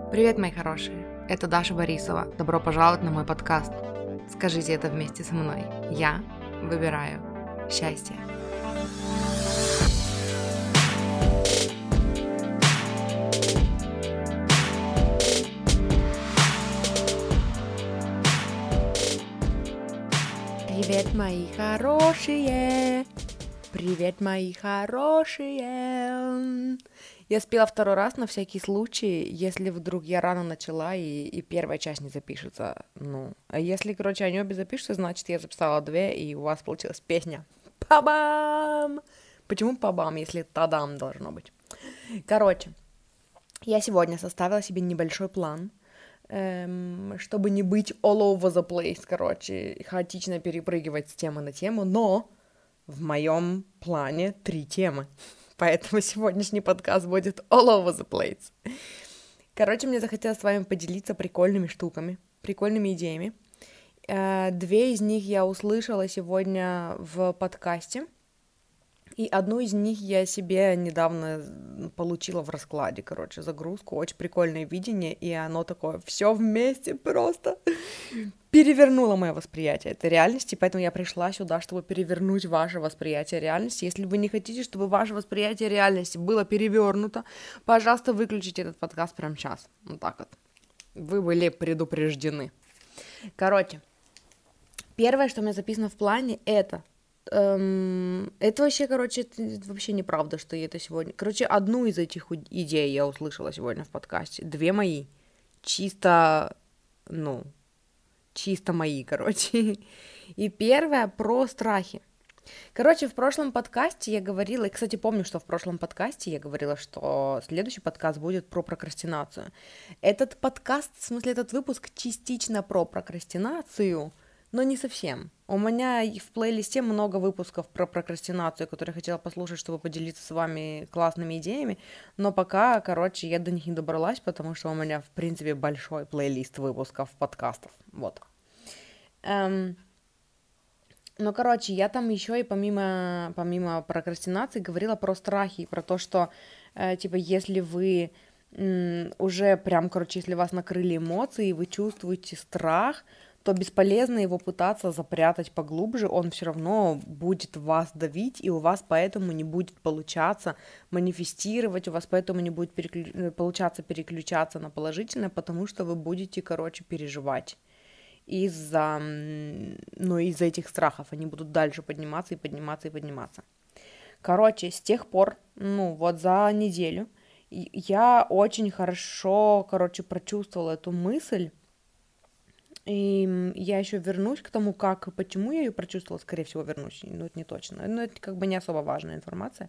Привет, мои хорошие! Это Даша Борисова. Добро пожаловать на мой подкаст. Скажите это вместе со мной. Я выбираю счастье. Привет, мои хорошие! Привет, мои хорошие! Я спела второй раз на всякий случай, если вдруг я рано начала и первая часть не запишется. А если, они обе запишутся, значит, я записала две, и у вас получилась песня. Па-бам! Почему па-бам, если та-дам должно быть? Я сегодня составила себе небольшой план, чтобы не быть all over the place, хаотично перепрыгивать с темы на тему, но в моем плане 3 темы. Поэтому сегодняшний подкаст будет all over the place. Мне захотелось с вами поделиться прикольными штуками, прикольными идеями. 2 из них я услышала сегодня в подкасте, и одну из них я себе недавно получила в раскладе, загрузку, очень прикольное видение, и оно такое все вместе просто перевернуло мое восприятие этой реальности, поэтому я пришла сюда, чтобы перевернуть ваше восприятие реальности. Если вы не хотите, чтобы ваше восприятие реальности было перевернуто, пожалуйста, выключите этот подкаст прямо сейчас. Вот так вот. Вы были предупреждены. Первое, что у меня записано в плане, это вообще, это вообще неправда, что я это сегодня... одну из этих идей я услышала сегодня в подкасте. 2 мои. Чисто мои, И первое про страхи. В прошлом подкасте я говорила, и, кстати, помню, что в прошлом подкасте я говорила, что следующий подкаст будет про прокрастинацию. Этот подкаст, в смысле, этот выпуск частично про прокрастинацию, но не совсем. У меня в плейлисте много выпусков про прокрастинацию, которые я хотела послушать, чтобы поделиться с вами классными идеями, но пока, я до них не добралась, потому что у меня, в принципе, большой плейлист выпусков подкастов, вот. Я там еще и помимо прокрастинации говорила про страхи, про то, что, если вы уже прям, если вас накрыли эмоции, и вы чувствуете страх, то бесполезно его пытаться запрятать поглубже, он все равно будет вас давить, и у вас поэтому не будет получаться манифестировать, у вас поэтому не будет получаться переключаться на положительное, потому что вы будете, переживать из-за этих страхов, они будут дальше подниматься и подниматься и подниматься. С тех пор, за неделю я очень хорошо, прочувствовала эту мысль. И я еще вернусь к тому, как и почему я ее прочувствовала, скорее всего, вернусь, но это не точно, но это не особо важная информация.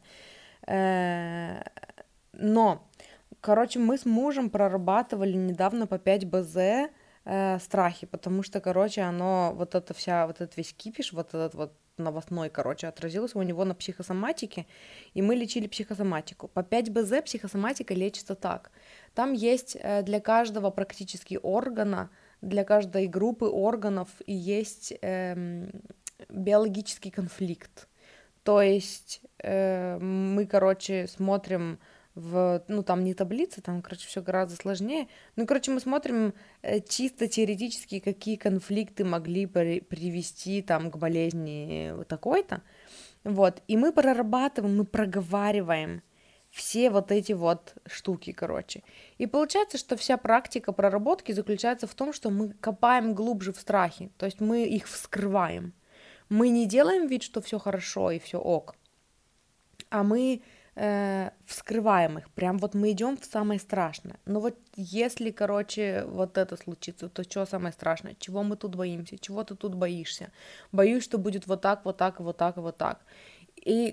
Но, мы с мужем прорабатывали недавно по 5 БЗ страхи, потому что, оно, этот весь кипиш, этот новостной, отразился у него на психосоматике, и мы лечили психосоматику. По 5 БЗ психосоматика лечится так. Там есть для каждого практически органа, для каждой группы органов есть биологический конфликт. То есть мы, смотрим там не таблица, там, все гораздо сложнее. Мы смотрим чисто теоретически, какие конфликты могли привести там к болезни такой-то. Вот. И мы прорабатываем, мы проговариваем все эти штуки, И получается, что вся практика проработки заключается в том, что мы копаем глубже в страхи, то есть мы их вскрываем. Мы не делаем вид, что все хорошо и все ок, а мы вскрываем их, прям мы идем в самое страшное. Но если, это случится, то что самое страшное? Чего мы тут боимся? Чего ты тут боишься? Боюсь, что будет вот так, вот так, вот так, вот так. И,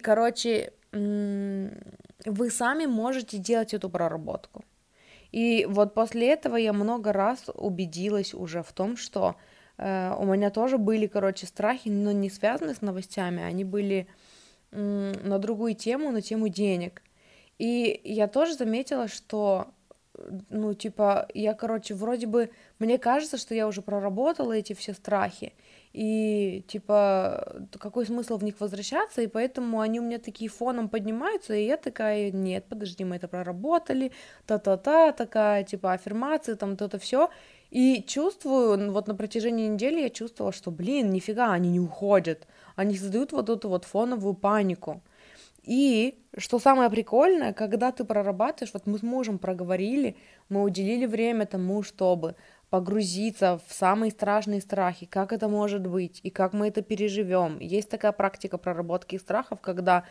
вы сами можете делать эту проработку. И после этого я много раз убедилась уже в том, что у меня тоже были, страхи, но не связанные с новостями, они были на другую тему, на тему денег. И я тоже заметила, что ну, типа, я, короче, вроде бы, мне кажется, что я уже проработала эти все страхи, и, типа, какой смысл в них возвращаться, и поэтому они у меня такие фоном поднимаются, и я такая, нет, подожди, мы это проработали, та-та-та, такая, типа, аффирмации, там, то-то все, и чувствую, вот на протяжении недели я чувствовала, что, блин, нифига, они не уходят, они создают вот эту вот фоновую панику. И что самое прикольное, когда ты прорабатываешь, вот мы с мужем проговорили, мы уделили время тому, чтобы погрузиться в самые страшные страхи, как это может быть и как мы это переживем. Есть такая практика проработки страхов, когда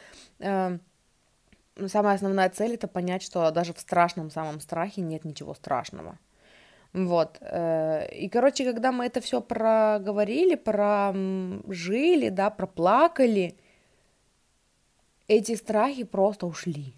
самая основная цель это понять, что даже в страшном самом страхе нет ничего страшного. Вот. И, короче, когда мы это все проговорили, прожили, да, проплакали, эти страхи просто ушли.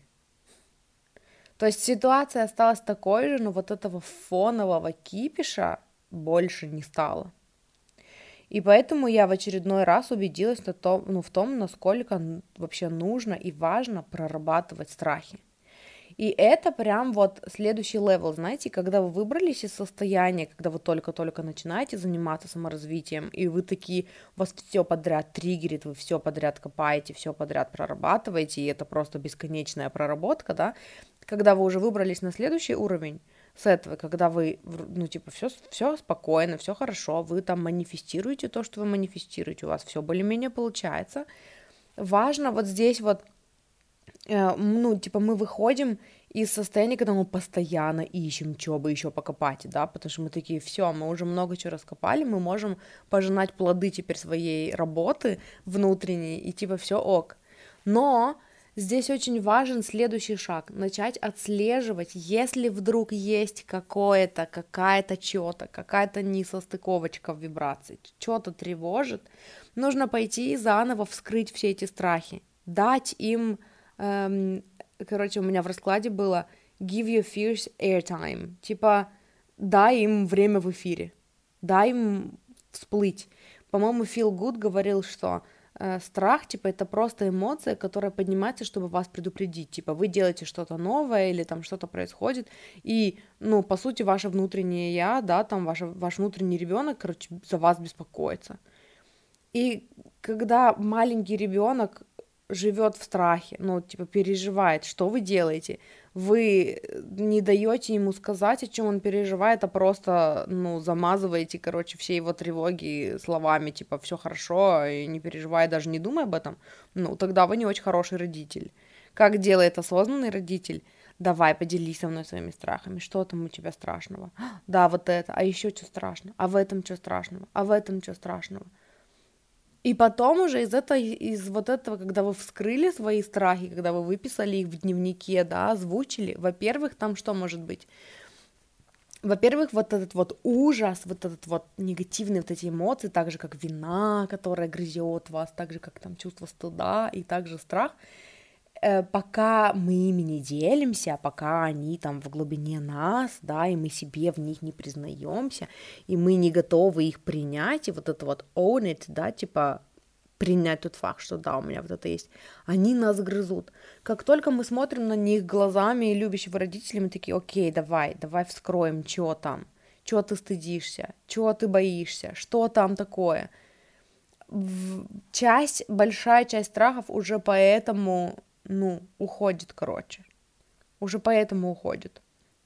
То есть ситуация осталась такой же, но вот этого фонового кипиша больше не стало. И поэтому я в очередной раз убедилась в том, насколько вообще нужно и важно прорабатывать страхи. И это прям вот следующий левел, знаете, когда вы выбрались из состояния, когда вы только-только начинаете заниматься саморазвитием, и вы такие, вас все подряд триггерит, вы все подряд копаете, все подряд прорабатываете, и это просто бесконечная проработка, да, когда вы уже выбрались на следующий уровень, с этого, когда вы, ну, типа, все спокойно, все хорошо, вы там манифестируете то, что вы манифестируете, у вас все более-менее получается. Важно вот здесь вот ну, типа, мы выходим из состояния, когда мы постоянно ищем, что бы еще покопать, да, потому что мы такие, все, мы уже много чего раскопали, мы можем пожинать плоды теперь своей работы внутренней, и типа все ок. Но здесь очень важен следующий шаг, начать отслеживать, если вдруг есть какая-то что-то, какая-то несостыковочка в вибрации, что-то тревожит, нужно пойти и заново вскрыть все эти страхи, дать им короче, у меня в раскладе было give your fears airtime, типа дай им время в эфире, дай им всплыть. По-моему, Feel Good говорил, что страх, типа, это просто эмоция, которая поднимается, чтобы вас предупредить, типа, вы делаете что-то новое или там что-то происходит, и, ну, по сути, ваше внутреннее я, да, там ваш внутренний ребенок, короче, за вас беспокоится. И когда маленький ребенок живет в страхе, ну, типа, переживает, что вы делаете? Вы не даете ему сказать, о чем он переживает, а просто, ну, замазываете, короче, все его тревоги словами, типа, все хорошо, и не переживай, даже не думай об этом, ну, тогда вы не очень хороший родитель. Как делает осознанный родитель? Давай, поделись со мной своими страхами, что там у тебя страшного? Да, вот это, а еще что страшного? А в этом что страшного? А в этом что страшного? И потом уже из вот этого, когда вы вскрыли свои страхи, когда вы выписали их в дневнике, да, озвучили, во-первых, там что может быть? Во-первых, вот этот вот ужас, вот этот вот негативные вот эти эмоции, так же, как вина, которая грызет вас, так же, как там чувство стыда и также страх, пока мы ими не делимся, пока они там в глубине нас, да, и мы себе в них не признаемся, и мы не готовы их принять, и вот это вот own it, да, типа принять тот факт, что да, у меня вот это есть, они нас грызут. Как только мы смотрим на них глазами любящего родителя, мы такие, окей, давай вскроем, что там, чего ты стыдишься, чего ты боишься, что там такое. Большая часть страхов уже поэтому уходит, короче. Уже поэтому уходит.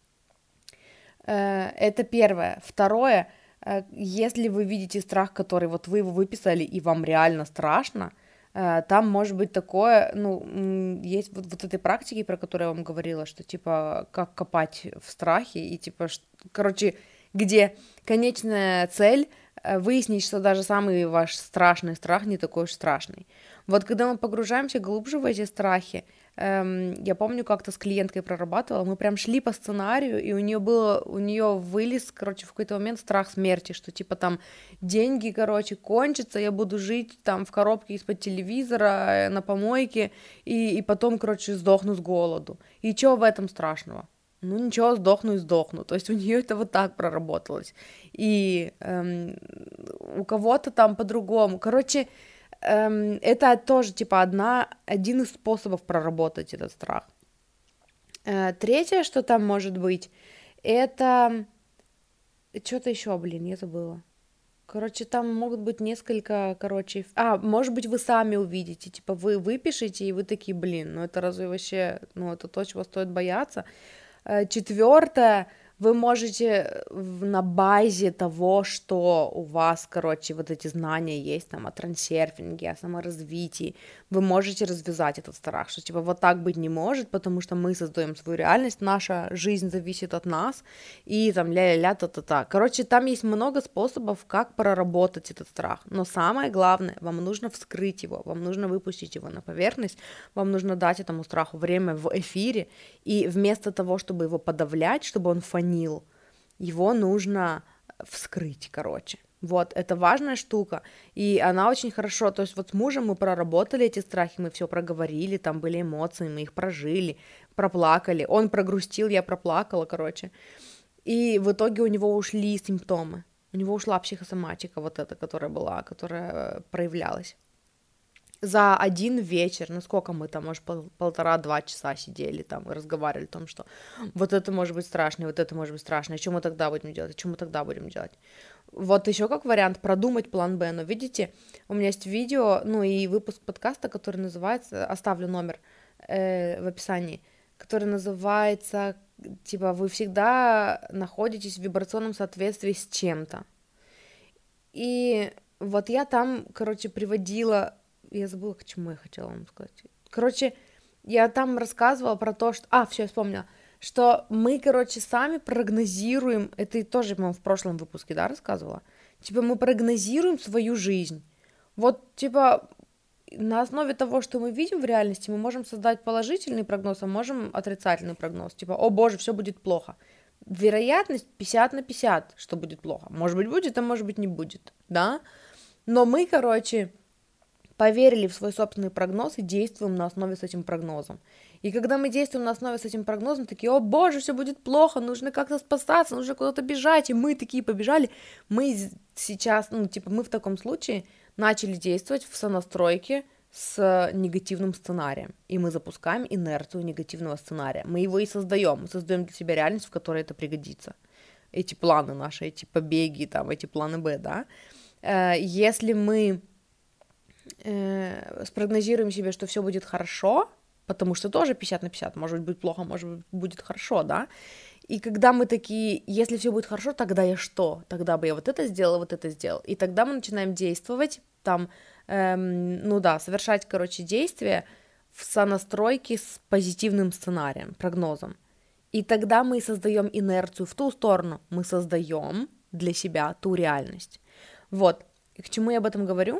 Это первое. Второе, если вы видите страх, который вот вы его выписали, и вам реально страшно, там может быть такое, есть вот этой практики, про которую я вам говорила, что, типа, как копать в страхе, и, типа, короче, где конечная цель выяснить, что даже самый ваш страшный страх не такой уж страшный. Вот когда мы погружаемся глубже в эти страхи, я помню, как-то с клиенткой прорабатывала, мы прям шли по сценарию, и у нее вылез, короче, в какой-то момент страх смерти, что типа там деньги, короче, кончатся, я буду жить там в коробке из-под телевизора, на помойке, и потом, короче, сдохну с голоду. И чего в этом страшного? Ну ничего, сдохну и сдохну. То есть у нее это вот так проработалось. И у кого-то там по-другому. Короче, это тоже типа один из способов проработать этот страх. Третье, что там может быть, Это что-то еще, блин, я забыла. Короче, там могут быть несколько, может быть, вы сами увидите, типа, вы выпишите, и вы такие, блин, ну это разве вообще, ну это то, чего стоит бояться. Четвертое, вы можете на базе того, что у вас, короче, вот эти знания есть там о трансерфинге, о саморазвитии, вы можете развязать этот страх, что типа вот так быть не может, потому что мы создаем свою реальность, наша жизнь зависит от нас, и там ля-ля-ля, та-та-та. Короче, там есть много способов, как проработать этот страх, но самое главное, вам нужно вскрыть его, вам нужно выпустить его на поверхность, вам нужно дать этому страху время в эфире, и вместо того, чтобы его подавлять, чтобы он фонил, его нужно вскрыть, короче. Вот, это важная штука, и она очень хорошо, то есть вот с мужем мы проработали эти страхи, мы все проговорили, там были эмоции, мы их прожили, проплакали, он прогрустил, я проплакала, короче, и в итоге у него ушли симптомы, у него ушла психосоматика вот эта, которая была, которая проявлялась. За один вечер, ну сколько мы там, может, 1,5-2 часа сидели там и разговаривали о том, что вот это может быть страшно, вот это может быть страшно, и что мы тогда будем делать, что мы тогда будем делать. Вот еще как вариант продумать план Б, но видите, у меня есть видео, ну и выпуск подкаста, который называется, оставлю номер в описании, который называется, типа, вы всегда находитесь в вибрационном соответствии с чем-то. И вот я там, короче, приводила... Я забыла, к чему я хотела вам сказать. Короче, я там рассказывала про то, что... все, я вспомнила. Что мы, короче, сами прогнозируем... Это тоже, по-моему, в прошлом выпуске, да, рассказывала? Типа, мы прогнозируем свою жизнь. Вот, типа, на основе того, что мы видим в реальности, мы можем создать положительный прогноз, а можем отрицательный прогноз. Типа, о боже, все будет плохо. Вероятность 50/50, что будет плохо. Может быть, будет, а может быть, не будет, да? Но мы, короче... поверили в свой собственный прогноз и действуем на основе с этим прогнозом. И когда мы действуем на основе с этим прогнозом, такие, о боже, все будет плохо, нужно как-то спасаться, нужно куда-то бежать, и мы такие побежали, мы сейчас, ну, типа, мы в таком случае начали действовать в сонастройке с негативным сценарием, и мы запускаем инерцию негативного сценария, мы его и создаем, мы создаем для себя реальность, в которой это пригодится, эти планы наши, эти побеги, там, эти планы Б, да, если мы спрогнозируем себе, что все будет хорошо, потому что тоже 50/50, может быть плохо, может быть будет хорошо, да, и когда мы такие, если все будет хорошо, тогда я что? Тогда бы я вот это сделала, и тогда мы начинаем действовать, там, совершать, короче, действия в сонастройке с позитивным сценарием, прогнозом, и тогда мы создаем инерцию в ту сторону, мы создаем для себя ту реальность, вот, и к чему я об этом говорю?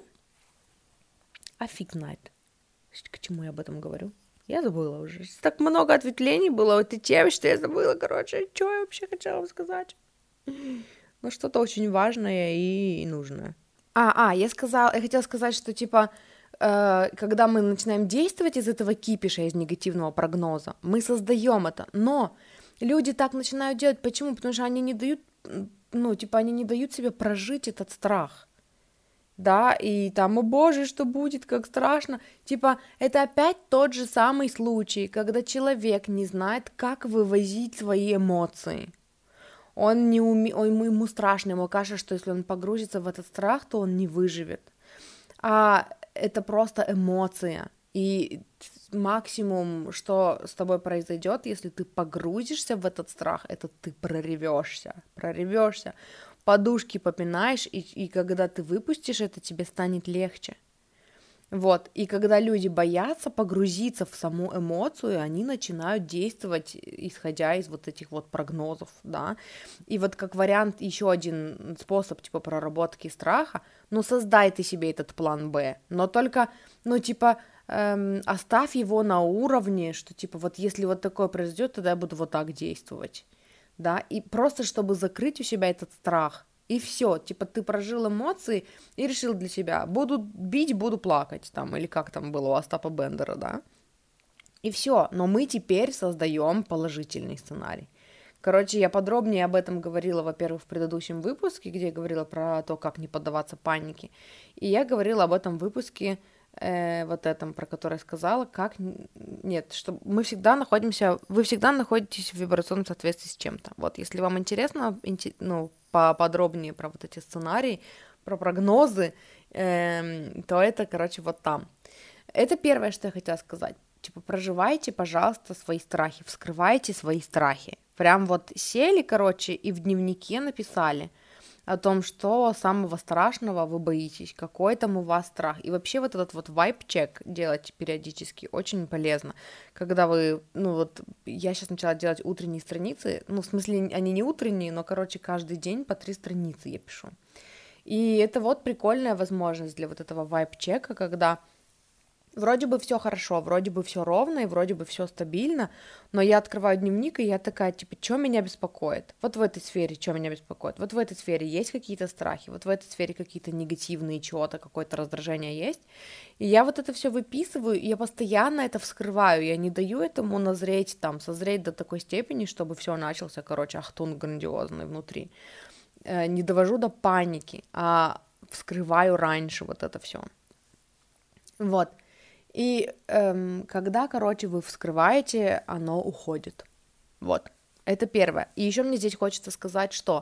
А фиг знает, к чему я об этом говорю. Я забыла уже. Так много ответвлений было в этой теме, что я забыла, короче, что я вообще хотела вам сказать. Ну, что-то очень важное и нужное. Я хотела сказать, что, типа, когда мы начинаем действовать из этого кипиша, из негативного прогноза, мы создаем это, но люди так начинают делать. Почему? Потому что они не дают, они не дают себе прожить этот страх. Да, и там, о боже, что будет, как страшно. Типа, это опять тот же самый случай, когда человек не знает, как вывозить свои эмоции. Ему страшно, ему кажется, что если он погрузится в этот страх, то он не выживет. А это просто эмоция. И максимум, что с тобой произойдет, если ты погрузишься в этот страх, это ты проревешься. Подушки попинаешь, и когда ты выпустишь это, тебе станет легче. Вот, и когда люди боятся погрузиться в саму эмоцию, они начинают действовать, исходя из вот этих вот прогнозов, да, и вот как вариант еще один способ, типа, проработки страха, создай ты себе этот план Б, но только, оставь его на уровне, что, типа, вот если вот такое произойдет, тогда я буду вот так действовать. Да, и просто чтобы закрыть у себя этот страх, и все, типа, ты прожил эмоции и решил для себя, буду бить, буду плакать, там, или как там было у Остапа Бендера, да, и все, но мы теперь создаем положительный сценарий. Короче, я подробнее об этом говорила, во-первых, в предыдущем выпуске, где я говорила про то, как не поддаваться панике, и я говорила об этом выпуске вот этом, про которое я сказала, нет, что вы всегда находитесь в вибрационном соответствии с чем-то. Вот, если вам интересно, ну, поподробнее про вот эти сценарии, про прогнозы, то это, короче, вот там. Это первое, что я хотела сказать. Типа, проживайте, пожалуйста, свои страхи, вскрывайте свои страхи. Прям вот сели, короче, и в дневнике написали о том, что самого страшного вы боитесь, какой там у вас страх. И вообще вот этот вот вайб-чек делать периодически очень полезно. Когда вы, ну вот, я сейчас начала делать утренние страницы, ну, в смысле, они не утренние, но, короче, каждый день по 3 страницы я пишу. И это вот прикольная возможность для вот этого вайб-чека, когда вроде бы все хорошо, вроде бы все ровно и вроде бы все стабильно, но я открываю дневник, и я такая, типа, что меня беспокоит? Вот в этой сфере что меня беспокоит? Вот в этой сфере есть какие-то страхи, вот в этой сфере какие-то негативные чего-то, какое-то раздражение есть. И я вот это все выписываю, и я постоянно это вскрываю, я не даю этому назреть, там, созреть до такой степени, чтобы все начался, короче, ахтунг грандиозный внутри. Не довожу до паники, а вскрываю раньше вот это все. Вот. И когда, короче, вы вскрываете, оно уходит. Вот. Это первое. И еще мне здесь хочется сказать, что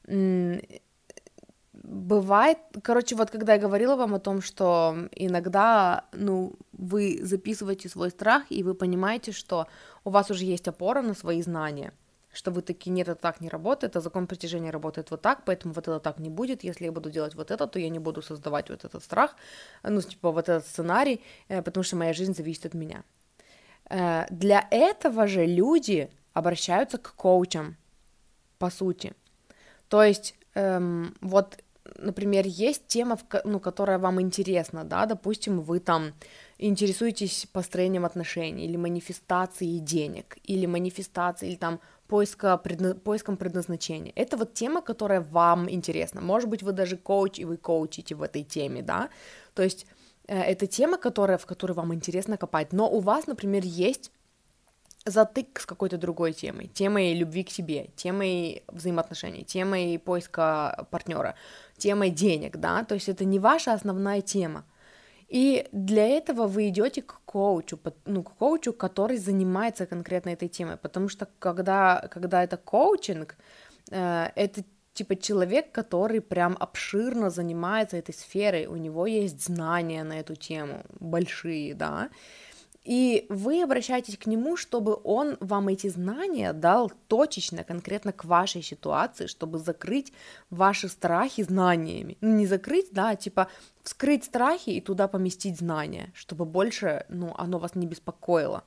бывает, короче, вот когда я говорила вам о том, что иногда, ну, вы записываете свой страх, и вы понимаете, что у вас уже есть опора на свои знания, что вы такие, нет, это так не работает, а закон притяжения работает вот так, поэтому вот это так не будет, если я буду делать вот это, то я не буду создавать вот этот страх, ну, типа вот этот сценарий, потому что моя жизнь зависит от меня. Для этого же люди обращаются к коучам, по сути. То есть, вот, например, есть тема, ну, которая вам интересна, да, допустим, вы там интересуетесь построением отношений, или манифестацией денег, или манифестацией, или там поиском предназначения. Это вот тема, которая вам интересна. Может быть, вы даже коуч, и вы коучите в этой теме, да, то есть это тема, в которой вам интересно копать, но у вас, например, есть затык с какой-то другой темой любви к себе, темой взаимоотношений, темой поиска партнера, темой денег, да, то есть это не ваша основная тема. И для этого вы идете к коучу, который занимается конкретно этой темой, потому что когда это коучинг, это типа человек, который прям обширно занимается этой сферой, у него есть знания на эту тему, большие, да, и вы обращаетесь к нему, чтобы он вам эти знания дал точечно, конкретно к вашей ситуации, чтобы закрыть ваши страхи знаниями. Ну, не закрыть, да, а типа вскрыть страхи и туда поместить знания, чтобы больше, ну, оно вас не беспокоило.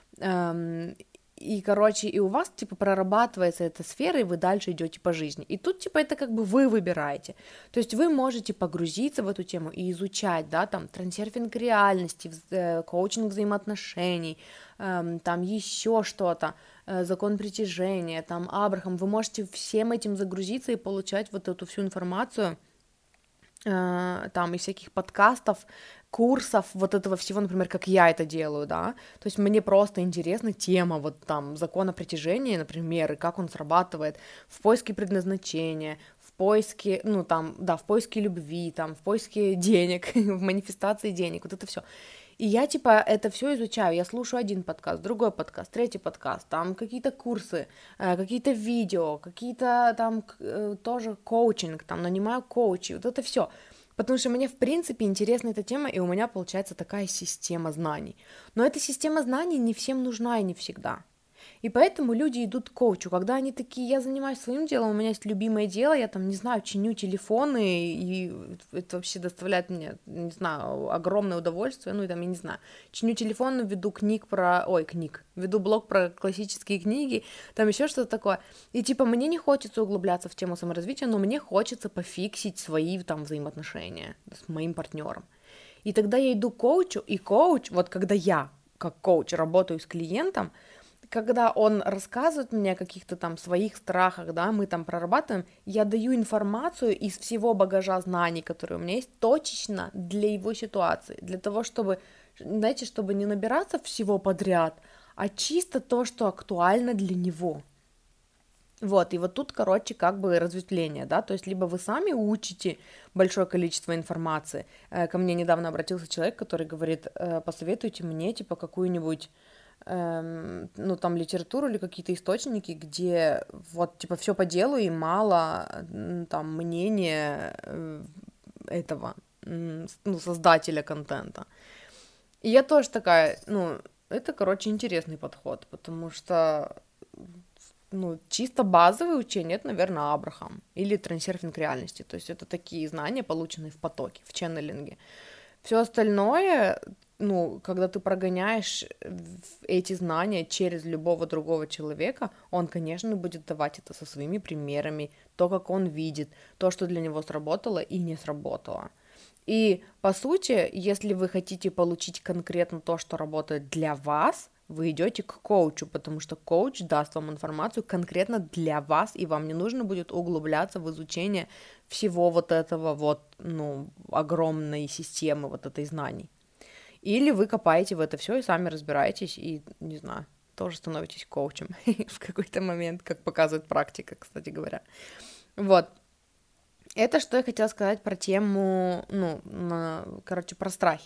И, короче, и у вас, типа, прорабатывается эта сфера, и вы дальше идете по жизни. И тут, типа, это как бы вы выбираете. То есть вы можете погрузиться в эту тему и изучать, да, там, трансерфинг реальности, коучинг взаимоотношений, там, еще что-то, закон притяжения, там, Абрахам. Вы можете всем этим загрузиться и получать вот эту всю информацию, там, из всяких подкастов, курсов, вот этого всего, например, как я это делаю, да, то есть мне просто интересна тема, вот там, закона притяжения, например, и как он срабатывает в поиске предназначения, в поиске, ну, там, да, в поиске любви, там, в поиске денег, в манифестации денег, вот это все. И я, типа, это все изучаю, я слушаю один подкаст, другой подкаст, третий подкаст, там какие-то курсы, какие-то видео, какие-то там тоже коучинг, там, нанимаю коучей, вот это все. Потому что мне, в принципе, интересна эта тема, и у меня получается такая система знаний. Но эта система знаний не всем нужна и не всегда. И поэтому люди идут к коучу, когда они такие, я занимаюсь своим делом, у меня есть любимое дело, я там, не знаю, чиню телефоны, и это вообще доставляет мне, не знаю, огромное удовольствие, ну, и там, я не знаю, чиню телефон, веду веду блог про классические книги, там еще что-то такое, и типа мне не хочется углубляться в тему саморазвития, но мне хочется пофиксить свои там взаимоотношения с моим партнером. И тогда я иду к коучу, и коуч, вот когда я, как коуч, работаю с клиентом, когда он рассказывает мне о каких-то там своих страхах, да, мы там прорабатываем, я даю информацию из всего багажа знаний, которые у меня есть, точечно для его ситуации, для того, чтобы, знаете, чтобы не набираться всего подряд, а чисто то, что актуально для него. Вот, и вот тут, короче, как бы разветвление, да, то есть либо вы сами учите большое количество информации. Ко мне недавно обратился человек, который говорит, посоветуйте мне, типа, какую-нибудь, ну, там, литературу или какие-то источники, где вот, типа, все по делу и мало, там, мнения этого, ну, создателя контента. И я тоже такая, ну, это, короче, интересный подход, потому что, ну, чисто базовые учения, это, наверное, Абрахам или трансерфинг реальности, то есть это такие знания, полученные в потоке, в ченнелинге. Все остальное, ну, когда ты прогоняешь эти знания через любого другого человека, он, конечно, будет давать это со своими примерами, то, как он видит, то, что для него сработало и не сработало. И, по сути, если вы хотите получить конкретно то, что работает для вас, вы идете к коучу, потому что коуч даст вам информацию конкретно для вас, и вам не нужно будет углубляться в изучение всего вот этого вот, ну, огромной системы вот этой знаний. Или вы копаете в это все и сами разбираетесь, и, не знаю, тоже становитесь коучем в какой-то момент, как показывает практика, кстати говоря. Вот. Это что я хотела сказать про тему, ну, короче, про страхи.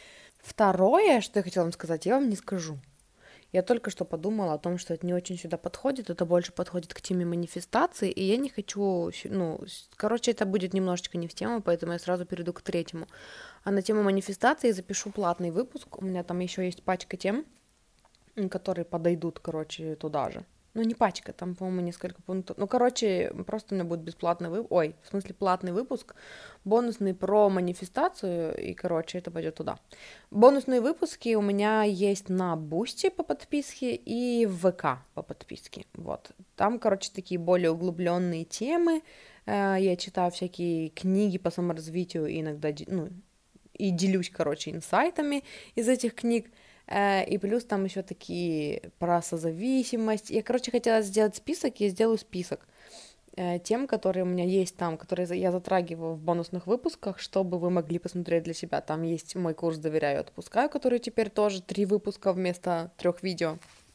Второе, что я хотела вам сказать, я вам не скажу. Я только что подумала о том, что это не очень сюда подходит, это больше подходит к теме манифестации, и я не хочу, ну, короче, это будет немножечко не в тему, поэтому я сразу перейду к третьему. А на тему манифестации я запишу платный выпуск, у меня там еще есть пачка тем, которые подойдут, короче, туда же. Ну, не пачка, там, по-моему, несколько пунктов. Ну, короче, просто у меня будет бесплатный выпуск. Ой, в смысле, платный выпуск, бонусный про манифестацию, и, короче, это пойдет туда. Бонусные выпуски у меня есть на Бусти по подписке и в ВК по подписке. Вот. Там, короче, такие более углубленные темы. Я читаю всякие книги по саморазвитию и иногда, ну, и делюсь, короче, инсайтами из этих книг. И плюс там еще такие про созависимость. Я, короче, хотела сделать список, я сделаю список тем, которые у меня есть там, которые я затрагиваю в бонусных выпусках, чтобы вы могли посмотреть для себя. Там есть мой курс «Доверяю, отпускаю», который теперь тоже 3 выпуска вместо 3 видео.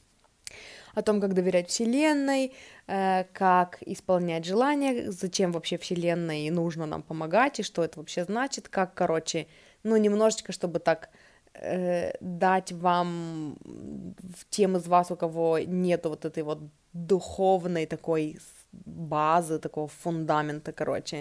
О том, как доверять Вселенной, как исполнять желания, зачем вообще Вселенной нужно нам помогать, и что это вообще значит, как, короче, ну, немножечко, чтобы так дать вам тем из вас, у кого нету вот этой вот духовной такой базы, такого фундамента, короче,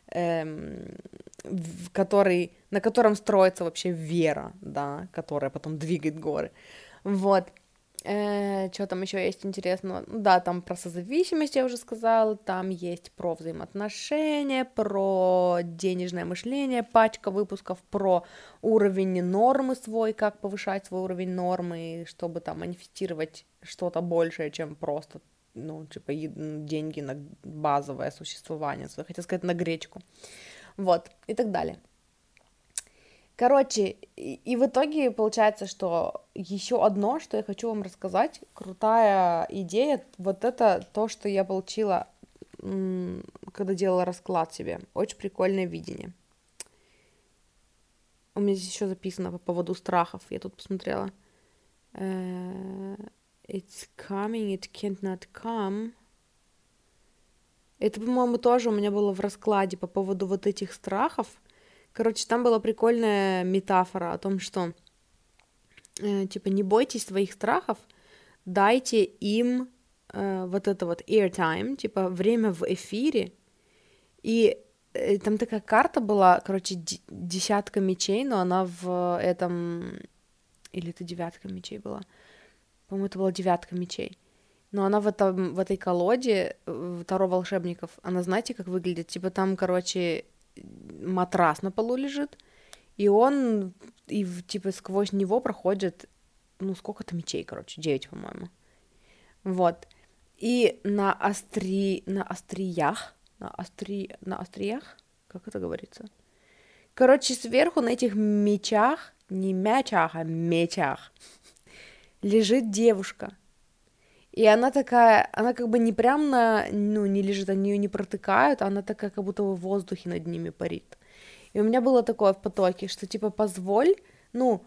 на котором строится вообще вера, да, которая потом двигает горы. Вот. Что там еще есть интересного? Да, там про созависимость я уже сказала, там есть про взаимоотношения, про денежное мышление, пачка выпусков про уровень нормы свой, как повышать свой уровень нормы, чтобы там манифестировать что-то большее, чем просто, ну, типа, деньги на базовое существование, хотела сказать, на гречку, вот, и так далее. Короче, и в итоге получается, что еще одно, что я хочу вам рассказать, крутая идея, вот это то, что я получила, когда делала расклад себе. Очень прикольное видение. У меня здесь еще записано по поводу страхов, я тут посмотрела. It's coming, it can't not come. Это, по-моему, тоже у меня было в раскладе по поводу вот этих страхов. Короче, там была прикольная метафора о том, что, типа, не бойтесь своих страхов, дайте им вот это вот airtime, типа, время в эфире, и там такая карта была, короче, десятка мечей, но она в этом, или это девятка мечей была, по-моему, это была девятка мечей, но она в этой колоде Таро волшебников, она, знаете, как выглядит, типа, там, короче, матрас на полу лежит, и он, и типа сквозь него проходит, ну, сколько-то мечей, короче, 9, по-моему. Вот. И на остриях, как это говорится? Короче, сверху на этих мечах, не мячах, а мечах, лежит девушка. И она такая, она как бы не прям ну, не лежит, они ее не протыкают, она такая, как будто в воздухе над ними парит. И у меня было такое в потоке, что, типа, позволь, ну,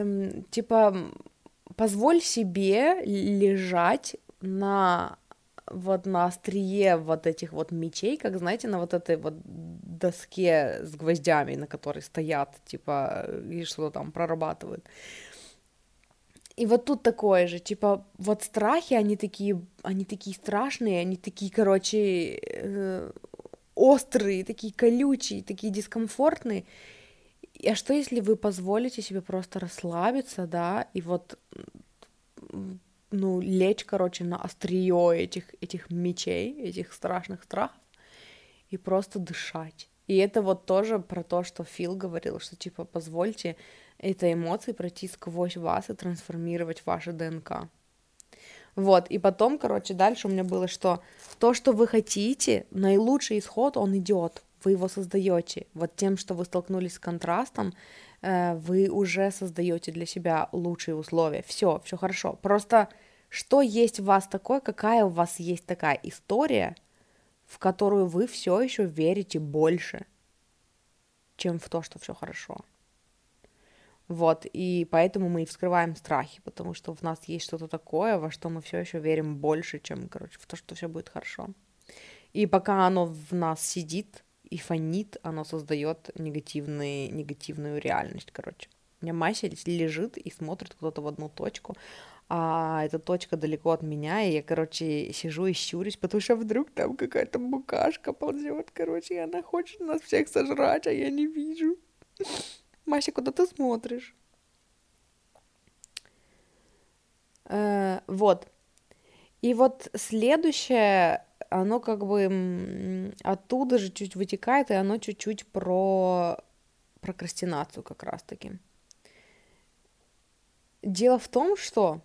типа, позволь себе лежать на вот на острие вот этих вот мечей, как, знаете, на вот этой вот доске с гвоздями, на которой стоят, типа, и что-то там прорабатывают. И вот тут такое же, типа, вот страхи, они такие страшные, они такие, короче, острые, такие колючие, такие дискомфортные. А что, если вы позволите себе просто расслабиться, да, и вот, ну, лечь, короче, на острие этих мечей, этих страшных страхов, и просто дышать. И это вот тоже про то, что Фил говорил, что, типа, позвольте этой эмоции пройти сквозь вас и трансформировать ваше ДНК. Вот, и потом, короче, дальше у меня было, что то, что вы хотите, наилучший исход, он идет, вы его создаете. Вот тем, что вы столкнулись с контрастом, вы уже создаете для себя лучшие условия. Все хорошо. Просто что есть в вас такое, какая у вас есть такая история, в которую вы все еще верите больше, чем в то, что все хорошо. Вот, и поэтому мы и вскрываем страхи, потому что в нас есть что-то такое, во что мы все еще верим больше, чем, короче, в то, что все будет хорошо. И пока оно в нас сидит и фонит, оно создает негативную реальность, короче. У меня Мася лежит и смотрит куда-то в одну точку, а эта точка далеко от меня, и я, короче, сижу и щурюсь, потому что вдруг там какая-то букашка ползет, короче, и она хочет нас всех сожрать, а я не вижу. Мася, куда ты смотришь? Вот. И вот следующее, оно как бы оттуда же чуть вытекает, и оно чуть-чуть про прокрастинацию как раз-таки. Дело в том, что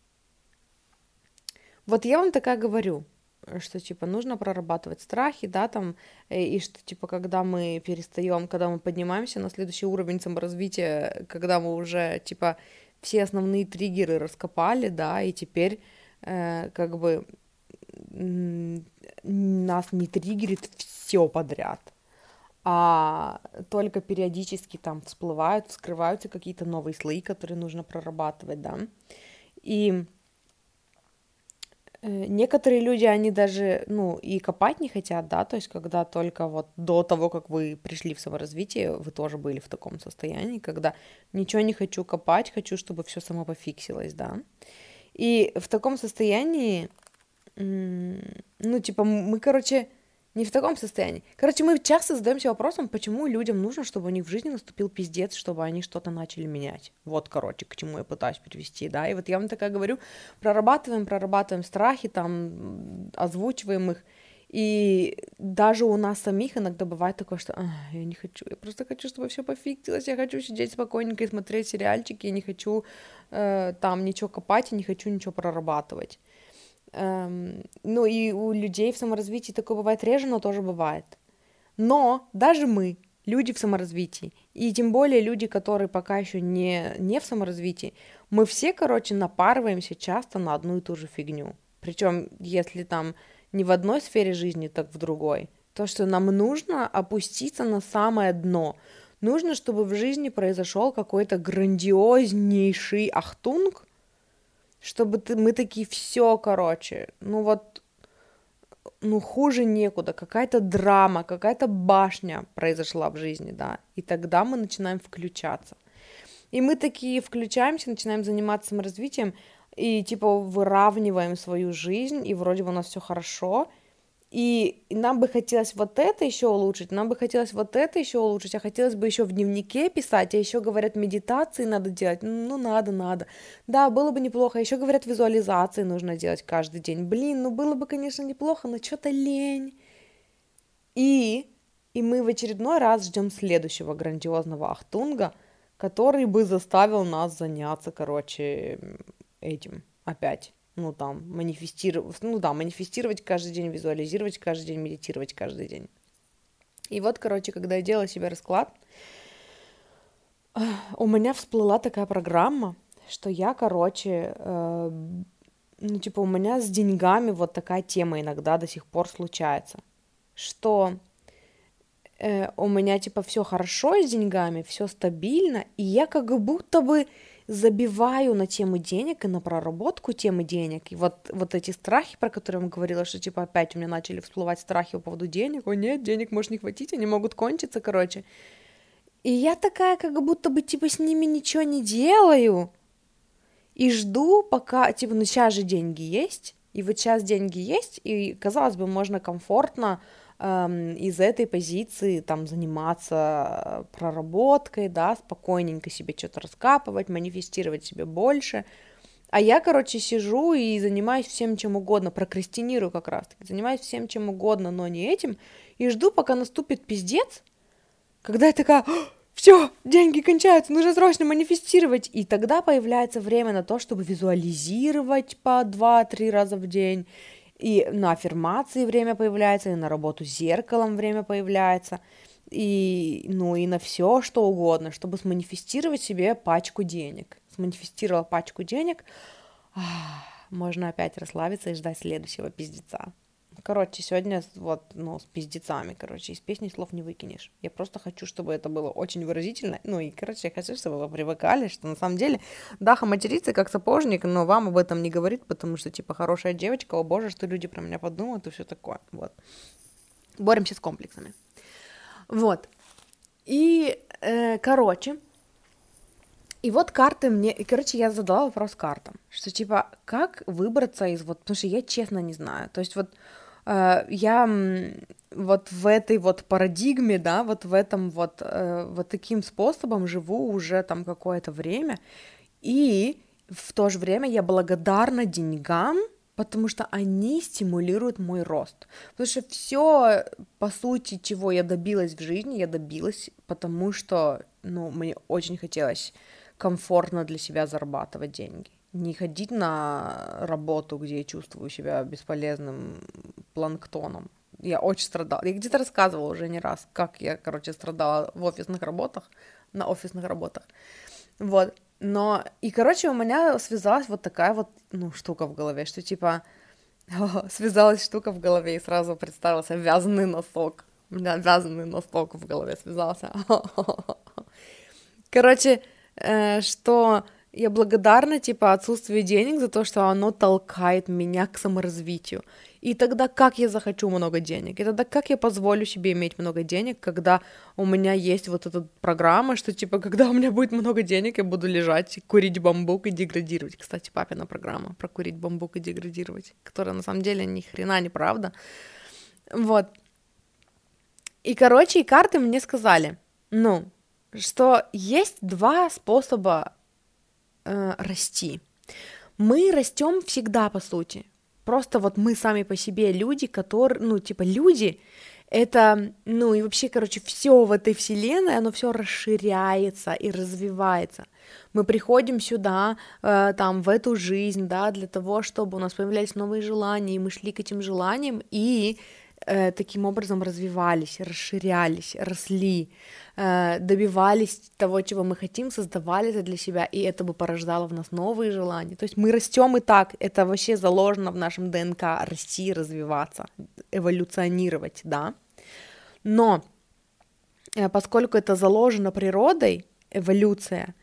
вот я вам такая говорю, что, типа, нужно прорабатывать страхи, да, там, и что, типа, когда мы поднимаемся на следующий уровень саморазвития, когда мы уже, типа, все основные триггеры раскопали, да, и теперь, как бы, нас не триггерит все подряд, а только периодически там всплывают, вскрываются какие-то новые слои, которые нужно прорабатывать, да, и некоторые люди, они даже, ну, и копать не хотят, да, то есть когда только вот до того, как вы пришли в саморазвитие, вы тоже были в таком состоянии, когда ничего не хочу копать, хочу, чтобы все само пофиксилось, да. И в таком состоянии, ну, типа, мы, короче, не в таком состоянии. Короче, мы часто задаемся вопросом, почему людям нужно, чтобы у них в жизни наступил пиздец, чтобы они что-то начали менять. Вот, короче, к чему я пытаюсь привести, да. И вот я вам такая говорю, прорабатываем страхи, там, озвучиваем их. И даже у нас самих иногда бывает такое, что я не хочу, я просто хочу, чтобы все пофиксилось, я хочу сидеть спокойненько и смотреть сериальчики, я не хочу там ничего копать, и не хочу ничего прорабатывать. Ну и у людей в саморазвитии такое бывает реже, но тоже бывает. Но даже мы, люди в саморазвитии, и тем более люди, которые пока еще не в саморазвитии, мы все, короче, напарываемся часто на одну и ту же фигню. Причем, если там не в одной сфере жизни, так в другой. То, что нам нужно опуститься на самое дно. Нужно, чтобы в жизни произошел какой-то грандиознейший ахтунг, чтобы мы такие, все, короче, ну вот, ну хуже некуда, какая-то драма, какая-то башня произошла в жизни, да, и тогда мы начинаем включаться. И мы такие включаемся, начинаем заниматься саморазвитием, и типа выравниваем свою жизнь, и вроде бы у нас все хорошо, и нам бы хотелось вот это еще улучшить, нам бы хотелось вот это еще улучшить, а хотелось бы еще в дневнике писать, а еще говорят, медитации надо делать, ну надо, да, было бы неплохо, еще говорят, визуализации нужно делать каждый день, блин, ну было бы, конечно, неплохо, но что-то лень, и мы в очередной раз ждем следующего грандиозного ахтунга, который бы заставил нас заняться, короче, этим опять. Ну, там, манифестировать каждый день, визуализировать каждый день, медитировать каждый день. И вот, короче, когда я делала себе расклад, у меня всплыла такая программа, что я, короче, ну, типа, у меня с деньгами вот такая тема иногда до сих пор случается, что у меня, типа, все хорошо с деньгами, все стабильно, и я как будто бы забиваю на тему денег и на проработку темы денег. И вот эти страхи, про которые я вам говорила, что типа опять у меня начали всплывать страхи по поводу денег. О нет, денег может не хватить, они могут кончиться, короче. И я такая, как будто бы типа с ними ничего не делаю. И жду, пока, типа, ну сейчас же деньги есть, и вот сейчас деньги есть, и, казалось бы, можно комфортно из этой позиции там заниматься проработкой, да, спокойненько себе что-то раскапывать, манифестировать себе больше. А я, короче, сижу и занимаюсь всем чем угодно, прокрастинирую как раз-таки, занимаюсь всем чем угодно, но не этим, и жду, пока наступит пиздец, когда я такая, все, деньги кончаются, нужно срочно манифестировать. И тогда появляется время на то, чтобы визуализировать по 2-3 раза в день. И на аффирмации время появляется, и на работу с зеркалом время появляется. И, ну, и на все, что угодно, чтобы сманифестировать себе пачку денег. Сманифестировала пачку денег, можно опять расслабиться и ждать следующего пиздеца. Короче, сегодня вот, ну, с пиздецами, короче, из песни слов не выкинешь. Я просто хочу, чтобы это было очень выразительно. Ну и, короче, я хочу, чтобы вы привыкали, что на самом деле Даха матерится как сапожник, но вам об этом не говорит, потому что, типа, хорошая девочка, о боже, что люди про меня подумают и все такое. Вот. Боремся с комплексами. Вот. И, короче, и вот карты мне... И, короче, я задала вопрос картам, что, типа, как выбраться из вот... Потому что я честно не знаю. То есть вот я вот в этой вот парадигме, да, вот в этом вот, вот таким способом живу уже там какое-то время, и в то же время я благодарна деньгам, потому что они стимулируют мой рост. Потому что все, по сути, чего я добилась в жизни, я добилась, потому что, ну, мне очень хотелось комфортно для себя зарабатывать деньги. Не ходить на работу, где я чувствую себя бесполезным планктоном. Я очень страдала. Я где-то рассказывала уже не раз, как я, короче, страдала в офисных работах, на офисных работах. Вот. Но, и, короче, у меня связалась вот такая вот, ну, штука в голове, что, типа, связалась штука в голове, и сразу представился вязаный носок. У меня вязаный носок в голове связался. Короче, что я благодарна, типа, отсутствию денег за то, что оно толкает меня к саморазвитию. И тогда как я захочу много денег? И тогда как я позволю себе иметь много денег, когда у меня есть вот эта программа, что, типа, когда у меня будет много денег, я буду лежать, курить бамбук и деградировать. Кстати, папина программа про курить бамбук и деградировать, которая на самом деле ни хрена не правда. Вот. И, короче, и карты мне сказали, ну, что есть два способа расти. Мы растем всегда, по сути. Просто вот мы сами по себе люди, которые, ну, типа, люди, это, ну, и вообще, короче, все в этой вселенной, оно все расширяется и развивается. Мы приходим сюда, там, в эту жизнь, да, для того, чтобы у нас появлялись новые желания, и мы шли к этим желаниям, и таким образом развивались, расширялись, росли, добивались того, чего мы хотим, создавали это для себя, и это бы порождало в нас новые желания. То есть мы растем и так, это вообще заложено в нашем ДНК, расти, развиваться, эволюционировать, да. Но поскольку это заложено природой, эволюция,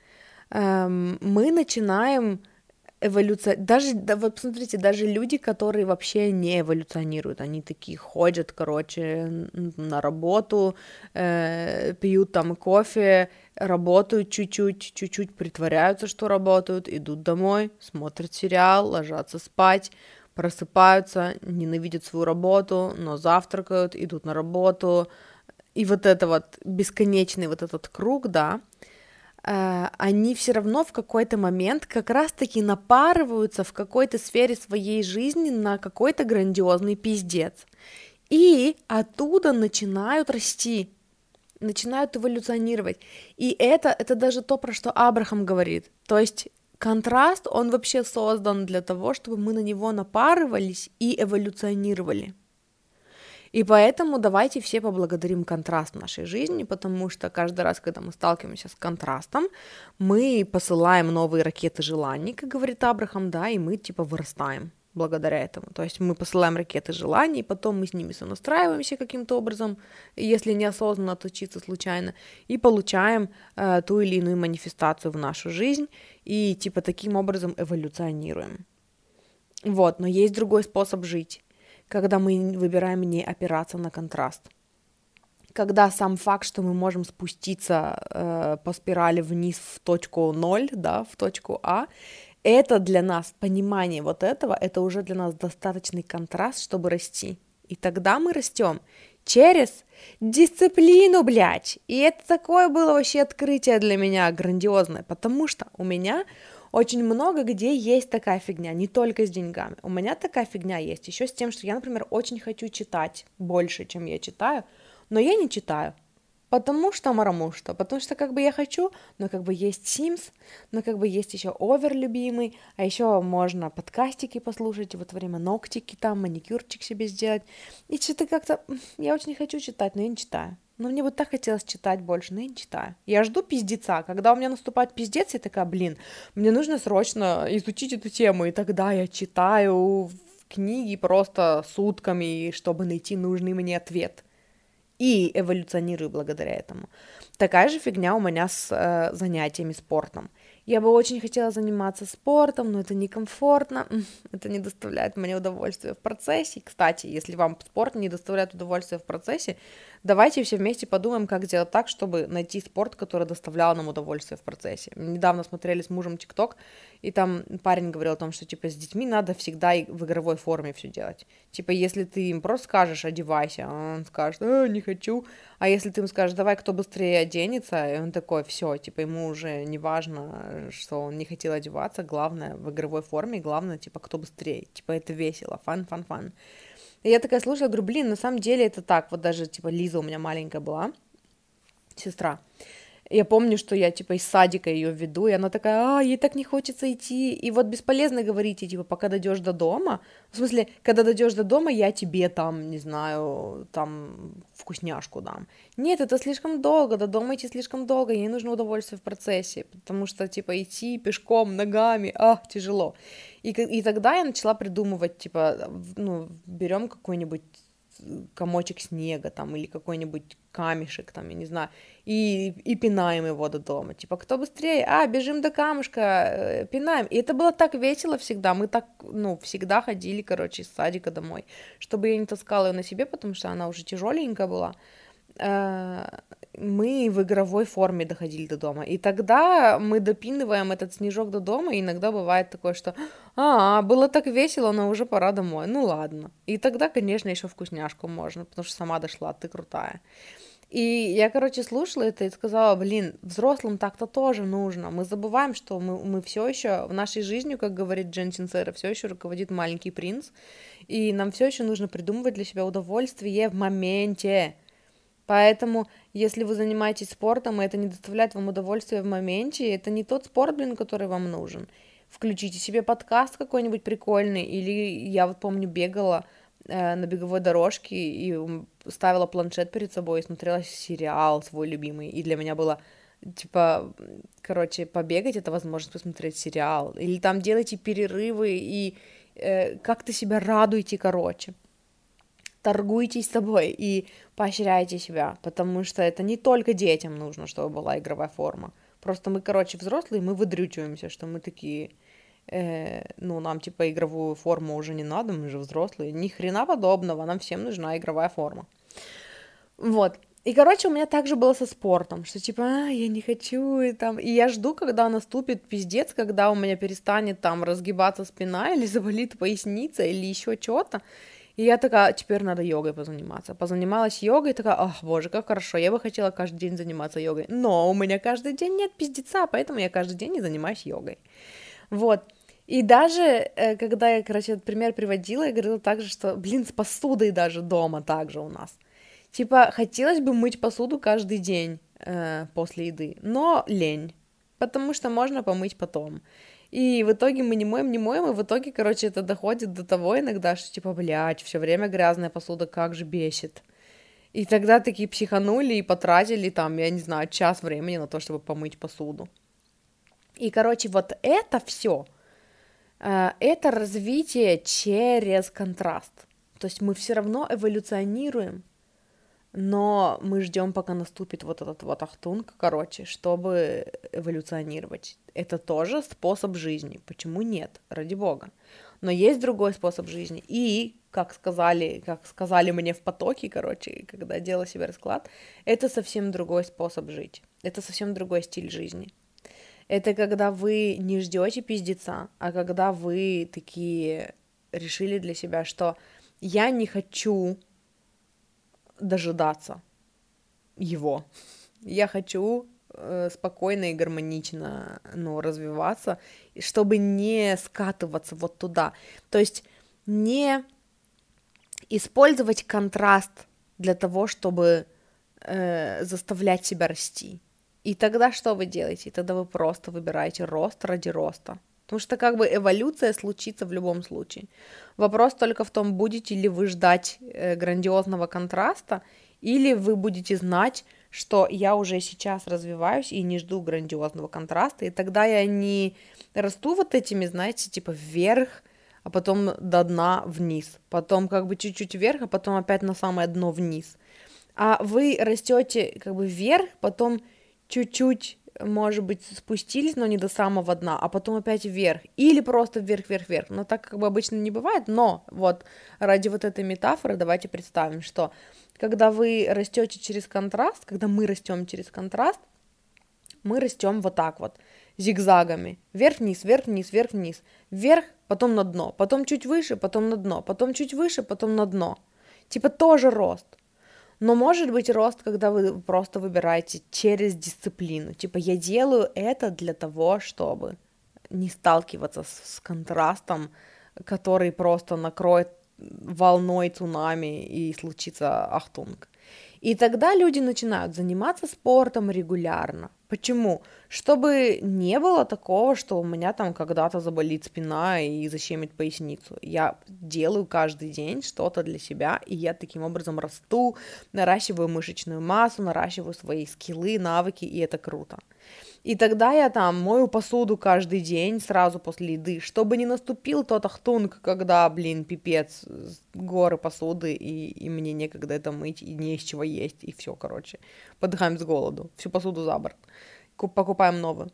мы начинаем даже, да, вот посмотрите, даже люди, которые вообще не эволюционируют, они такие ходят, короче, на работу, пьют там кофе, работают чуть-чуть, притворяются, что работают, идут домой, смотрят сериал, ложатся спать, просыпаются, ненавидят свою работу, но завтракают, идут на работу, и вот это вот бесконечный вот этот круг, да, они все равно в какой-то момент как раз-таки напарываются в какой-то сфере своей жизни на какой-то грандиозный пиздец. И оттуда начинают расти, начинают эволюционировать. И это даже то, про что Абрахам говорит. То есть контраст, он вообще создан для того, чтобы мы на него напарывались и эволюционировали. И поэтому давайте все поблагодарим контраст в нашей жизни, потому что каждый раз, когда мы сталкиваемся с контрастом, мы посылаем новые ракеты желаний, как говорит Абрахам, да, и мы типа вырастаем. благодаря этому. То есть мы посылаем ракеты желаний, потом мы с ними сонастраиваемся каким-то образом, если неосознанно, то чисто случайно, и получаем ту или иную манифестацию в нашу жизнь, и типа таким образом эволюционируем. Вот, но есть другой способ жить, когда мы выбираем не опираться на контраст. Когда сам факт, что мы можем спуститься по спирали вниз в точку 0, да, в точку А, это для нас, понимание вот этого, это уже для нас достаточный контраст, чтобы расти. И тогда мы растем через дисциплину, блядь. И это такое было вообще открытие для меня грандиозное, потому что у меня очень много где есть такая фигня, не только с деньгами. У меня такая фигня есть еще с тем, что я, например, очень хочу читать больше, чем я читаю, но я не читаю. Потому что, потому что как бы я хочу, но как бы есть Sims, но как бы есть еще Овер любимый, а еще можно подкастики послушать, вот время ногтики там, маникюрчик себе сделать. И что-то как-то, я очень хочу читать, но я не читаю. Но мне вот так хотелось читать больше, но я не читаю. Я жду пиздеца. Когда у меня наступает пиздец, я такая, блин, мне нужно срочно изучить эту тему. И тогда я читаю книги просто сутками, чтобы найти нужный мне ответ. И эволюционирую благодаря этому. Такая же фигня у меня с занятиями спортом. Я бы очень хотела заниматься спортом, но это некомфортно, это не доставляет мне удовольствия в процессе. Кстати, если вам спорт не доставляет удовольствия в процессе, давайте все вместе подумаем, как сделать так, чтобы найти спорт, который доставлял нам удовольствие в процессе. Недавно смотрели с мужем ТикТок, и там парень говорил о том, что, типа, с детьми надо всегда в игровой форме все делать. Типа, если ты им просто скажешь «одевайся», а он скажет «не хочу», а если ты ему скажешь «давай, кто быстрее оденется», и он такой «все», типа, ему уже не важно, что он не хотел одеваться, главное в игровой форме, главное, типа, кто быстрее, типа, это весело, фан. И я такая слушала, говорю, блин, на самом деле это так, вот даже, типа, Лиза у меня маленькая была, сестра, я помню, что я, типа, из садика ее веду, и она такая, ей так не хочется идти, и вот бесполезно говорить, типа, пока дойдешь до дома, в смысле, когда дойдешь до дома, я тебе там, не знаю, там, вкусняшку дам. Нет, это слишком долго, до дома идти слишком долго, ей нужно удовольствие в процессе, потому что, типа, идти пешком, ногами, тяжело. И тогда я начала придумывать, типа, ну, берем какой-нибудь комочек снега там или какой-нибудь камешек там, я не знаю, и пинаем его до дома. Типа, кто быстрее? Бежим до камушка, пинаем. И это было так весело всегда. Мы так, всегда ходили, короче, из садика домой. Чтобы я не таскала ее на себе, потому что она уже тяжеленькая была. Мы в игровой форме доходили до дома. И тогда мы допинываем этот снежок до дома, и иногда бывает такое, что было так весело, но уже пора домой. Ну ладно. И тогда, конечно, еще вкусняшку можно, потому что сама дошла, ты крутая. И я, короче, слушала это и сказала, блин, взрослым так-то тоже нужно. Мы забываем, что мы все еще в нашей жизни, как говорит Джен Синсера, все еще руководит маленький принц, и нам все еще нужно придумывать для себя удовольствие в моменте. Поэтому, если вы занимаетесь спортом, и это не доставляет вам удовольствия в моменте, это не тот спорт, блин, который вам нужен. Включите себе подкаст какой-нибудь прикольный, или я вот помню, бегала на беговой дорожке и ставила планшет перед собой и смотрела сериал свой любимый, и для меня было, типа, короче, побегать — это возможность посмотреть сериал, или там делайте перерывы и как-то себя радуйте, короче. Торгуйтесь с собой и поощряйте себя, потому что это не только детям нужно, чтобы была игровая форма. Просто мы, короче, взрослые, мы выдрючиваемся, что мы такие, нам типа игровую форму уже не надо, мы же взрослые. Ни хрена подобного, нам всем нужна игровая форма. Вот. И, короче, у меня также было со спортом, что типа, я не хочу, и я жду, когда наступит пиздец, когда у меня перестанет там разгибаться спина, или заболит поясница, или еще что-то. И я такая, теперь надо йогой позаниматься. Позанималась йогой, такая, боже, как хорошо, я бы хотела каждый день заниматься йогой. Но у меня каждый день нет пиздеца, поэтому я каждый день не занимаюсь йогой. Вот. И даже, когда я, короче, этот пример приводила, я говорила также, что, блин, с посудой даже дома также у нас. Типа, хотелось бы мыть посуду каждый день после еды, но лень, потому что можно помыть потом. И в итоге мы не моем, и в итоге, короче, это доходит до того иногда, что типа, блядь, все время грязная посуда, как же бесит. И тогда такие психанули и потратили там, я не знаю, час времени на то, чтобы помыть посуду. И, короче, вот это все Это развитие через контраст. То есть мы все равно эволюционируем, но мы ждем, пока наступит вот этот вот ахтунг, короче, чтобы эволюционировать. Это тоже способ жизни. Почему нет? Ради бога. Но есть другой способ жизни. И, как сказали мне в потоке, короче, когда делала себе расклад, это совсем другой способ жить. Это совсем другой стиль жизни. Это когда вы не ждете пиздеца, а когда вы такие решили для себя, что я не хочу дожидаться его. Я хочу спокойно и гармонично, развиваться, чтобы не скатываться вот туда. То есть не использовать контраст для того, чтобы заставлять себя расти. И тогда что вы делаете? Тогда вы просто выбираете рост ради роста. Потому что как бы эволюция случится в любом случае. Вопрос только в том, будете ли вы ждать грандиозного контраста, или вы будете знать, что я уже сейчас развиваюсь и не жду грандиозного контраста, и тогда я не расту вот этими, знаете, типа вверх, а потом до дна вниз, потом как бы чуть-чуть вверх, а потом опять на самое дно вниз. А вы растете как бы вверх, потом чуть-чуть, может быть, спустились, но не до самого дна, а потом опять вверх, или просто вверх-вверх-вверх, но так как бы обычно не бывает, но вот ради вот этой метафоры давайте представим, что когда вы растете через контраст, когда мы растем через контраст, мы растем вот так вот, зигзагами, вверх-вниз, вверх-вниз, вверх-вниз, вверх, потом на дно, потом чуть выше, потом на дно, потом чуть выше, потом на дно, типа тоже рост. Но может быть рост, когда вы просто выбираете через дисциплину. Типа я делаю это для того, чтобы не сталкиваться с контрастом, который просто накроет волной цунами и случится ахтунг. И тогда люди начинают заниматься спортом регулярно. Почему? Чтобы не было такого, что у меня там когда-то заболит спина и защемит поясницу. Я делаю каждый день что-то для себя, и я таким образом расту, наращиваю мышечную массу, наращиваю свои скиллы, навыки, и это круто. И тогда я там мою посуду каждый день сразу после еды, чтобы не наступил тот ахтунг, когда, пипец, горы посуды, и мне некогда это мыть, и не из чего есть, и все, короче. Подыхаем с голоду, всю посуду за борт, покупаем новую.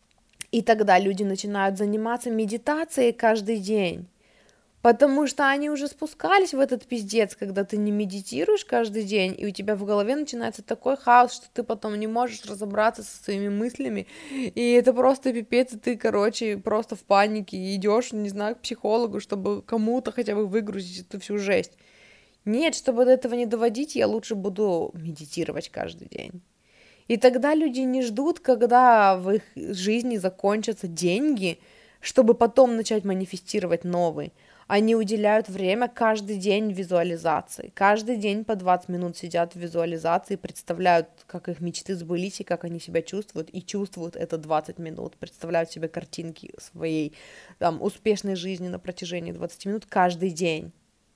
И тогда люди начинают заниматься медитацией каждый день. Потому что они уже спускались в этот пиздец, когда ты не медитируешь каждый день, и у тебя в голове начинается такой хаос, что ты потом не можешь разобраться со своими мыслями, и это просто пипец, и ты, просто в панике, и идешь, не знаю, к психологу, чтобы кому-то хотя бы выгрузить эту всю жесть. Нет, чтобы до этого не доводить, я лучше буду медитировать каждый день. И тогда люди не ждут, когда в их жизни закончатся деньги, чтобы потом начать манифестировать новые. Они уделяют время каждый день визуализации. Каждый день по 20 минут сидят в визуализации, представляют, как их мечты сбылись и как они себя чувствуют, и чувствуют это 20 минут, представляют себе картинки своей успешной жизни на протяжении 20 минут каждый день.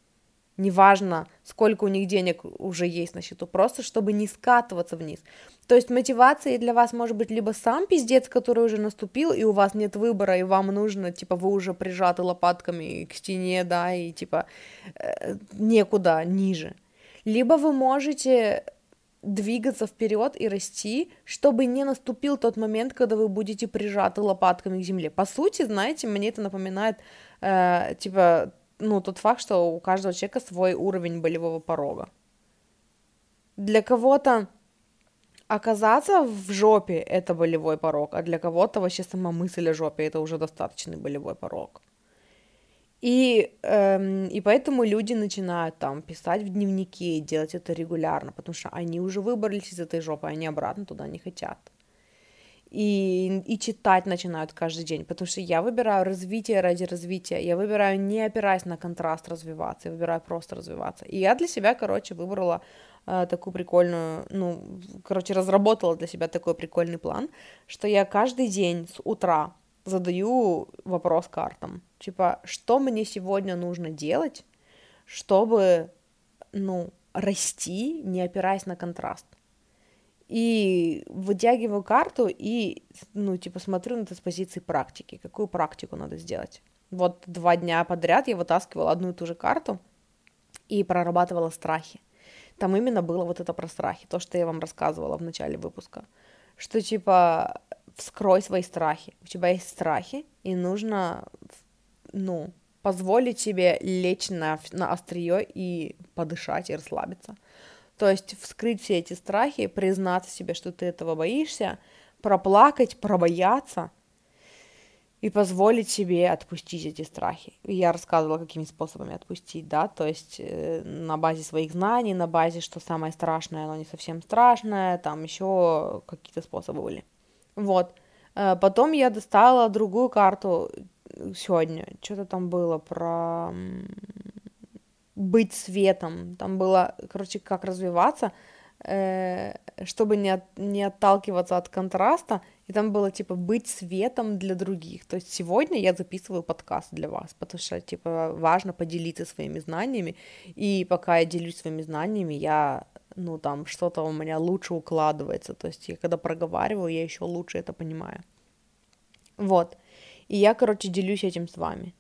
Неважно, сколько у них денег уже есть на счету, просто чтобы не скатываться вниз. То есть мотивацией для вас может быть либо сам пиздец, который уже наступил, и у вас нет выбора, и вам нужно, вы уже прижаты лопатками к стене, да, и, некуда ниже. Либо вы можете двигаться вперед и расти, чтобы не наступил тот момент, когда вы будете прижаты лопатками к земле. По сути, знаете, мне это напоминает, тот факт, что у каждого человека свой уровень болевого порога. Для кого-то оказаться в жопе – это болевой порог, а для кого-то вообще сама мысль о жопе – это уже достаточный болевой порог. И поэтому люди начинают писать в дневнике и делать это регулярно, потому что они уже выбрались из этой жопы, они обратно туда не хотят. И читать начинают каждый день, потому что я выбираю развитие ради развития, я выбираю не опираясь на контраст развиваться, я выбираю просто развиваться. И я для себя, выбрала такую прикольную, разработала для себя такой прикольный план, что я каждый день с утра задаю вопрос картам, что мне сегодня нужно делать, чтобы, расти, не опираясь на контраст. И вытягиваю карту и, смотрю на это с позиции практики. Какую практику надо сделать? Вот 2 дня подряд я вытаскивала одну и ту же карту и прорабатывала страхи. Там именно было вот это про страхи, то, что я вам рассказывала в начале выпуска, что типа вскрой свои страхи. У тебя есть страхи, и нужно, ну, позволить себе лечь на острие и подышать, и расслабиться. То есть вскрыть все эти страхи, признаться себе, что ты этого боишься, проплакать, пробояться и позволить себе отпустить эти страхи. И я рассказывала, какими способами отпустить, да, то есть на базе своих знаний, на базе, что самое страшное, оно не совсем страшное, там еще какие-то способы были. Вот. Потом я достала другую карту сегодня. Что-то там было про быть светом. Там было, короче, как развиваться, чтобы не отталкиваться от контраста. И там было, типа, быть светом для других. То есть сегодня я записываю подкаст для вас, потому что, типа, важно поделиться своими знаниями. И пока я делюсь своими знаниями, ну, там, что-то у меня лучше укладывается. То есть я когда проговариваю, я еще лучше это понимаю. Вот. И я, короче, делюсь этим с вами.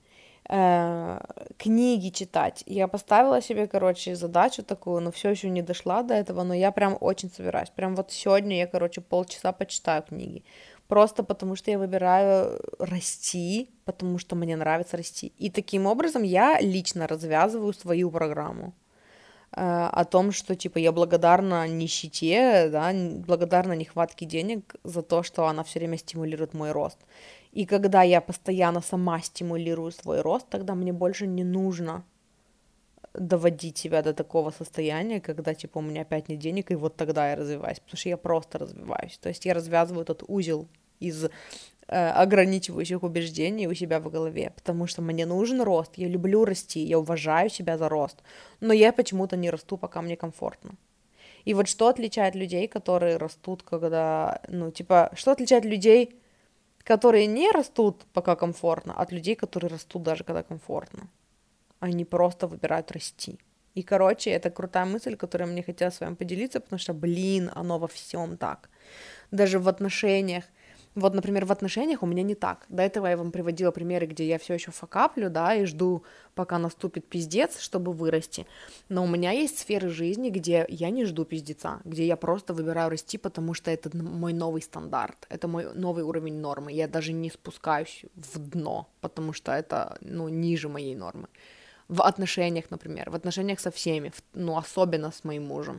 Книги читать. Я поставила себе, короче, задачу такую, но все еще не дошла до этого, но я прям очень собираюсь. Прям вот сегодня я, короче, полчаса почитаю книги. Просто потому что я выбираю расти, потому что мне нравится расти. И таким образом я лично развязываю свою программу о том, что, типа, я благодарна нищете, да, благодарна нехватке денег за то, что она все время стимулирует мой рост. И когда я постоянно сама стимулирую свой рост, тогда мне больше не нужно доводить себя до такого состояния, когда, типа, у меня опять нет денег, и вот тогда я развиваюсь, потому что я просто развиваюсь. То есть я развязываю этот узел из ограничивающих убеждений у себя в голове, потому что мне нужен рост, я люблю расти, я уважаю себя за рост, но я почему-то не расту, пока мне комфортно. И вот что отличает людей, которые растут, когда, ну, типа, что отличает людей, которые не растут, пока комфортно, от людей, которые растут даже когда комфортно. Они просто выбирают расти. И, короче, это крутая мысль, которую мне хотелось с вами поделиться, потому что, блин, оно во всем так. Даже в отношениях. Вот, например, в отношениях у меня не так. До этого я вам приводила примеры, где я все еще факаплю, да, и жду, пока наступит пиздец, чтобы вырасти. Но у меня есть сферы жизни, где я не жду пиздеца, где я просто выбираю расти, потому что это мой новый стандарт, это мой новый уровень нормы. Я даже не спускаюсь в дно, потому что это, ну, ниже моей нормы. В отношениях, например, в отношениях со всеми, ну, особенно с моим мужем.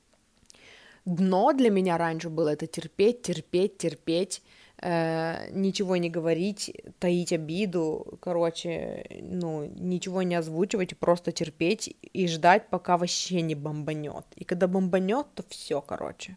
Дно для меня раньше было это терпеть, ничего не говорить, таить обиду, короче, ну, ничего не озвучивать, просто терпеть и ждать, пока вообще не бомбанет. И когда бомбанет, то все, короче.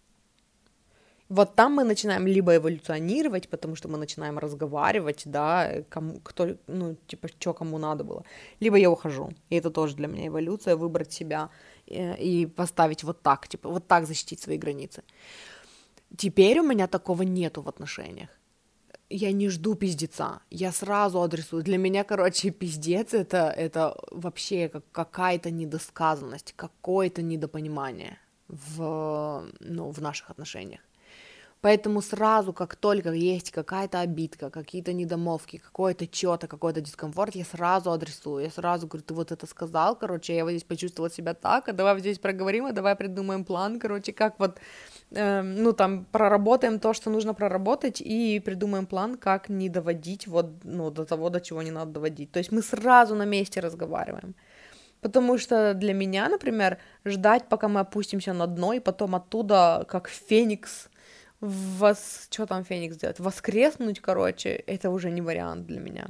Вот там мы начинаем либо эволюционировать, потому что мы начинаем разговаривать, да, кто, ну, типа, что кому надо было, либо я ухожу, и это тоже для меня эволюция, выбрать себя и поставить вот так, типа, вот так защитить свои границы. Теперь у меня такого нету в отношениях. Я не жду пиздеца, я сразу адресую. Для меня, короче, пиздец это вообще какая-то недосказанность, какое-то недопонимание в наших отношениях. Поэтому сразу, как только есть какая-то обидка, какие-то недомолвки, какое-то что-то, какой-то дискомфорт, я сразу адресую, я сразу говорю, ты вот это сказал, короче, я вот здесь почувствовала себя так, а давай вот здесь проговорим, а давай придумаем план, короче, как вот, там, проработаем то, что нужно проработать, и придумаем план, как не доводить вот, до того, до чего не надо доводить. То есть мы сразу на месте разговариваем. Потому что для меня, например, ждать, пока мы опустимся на дно, и потом оттуда, как феникс, что там феникс делает? Воскреснуть, короче, это уже не вариант для меня.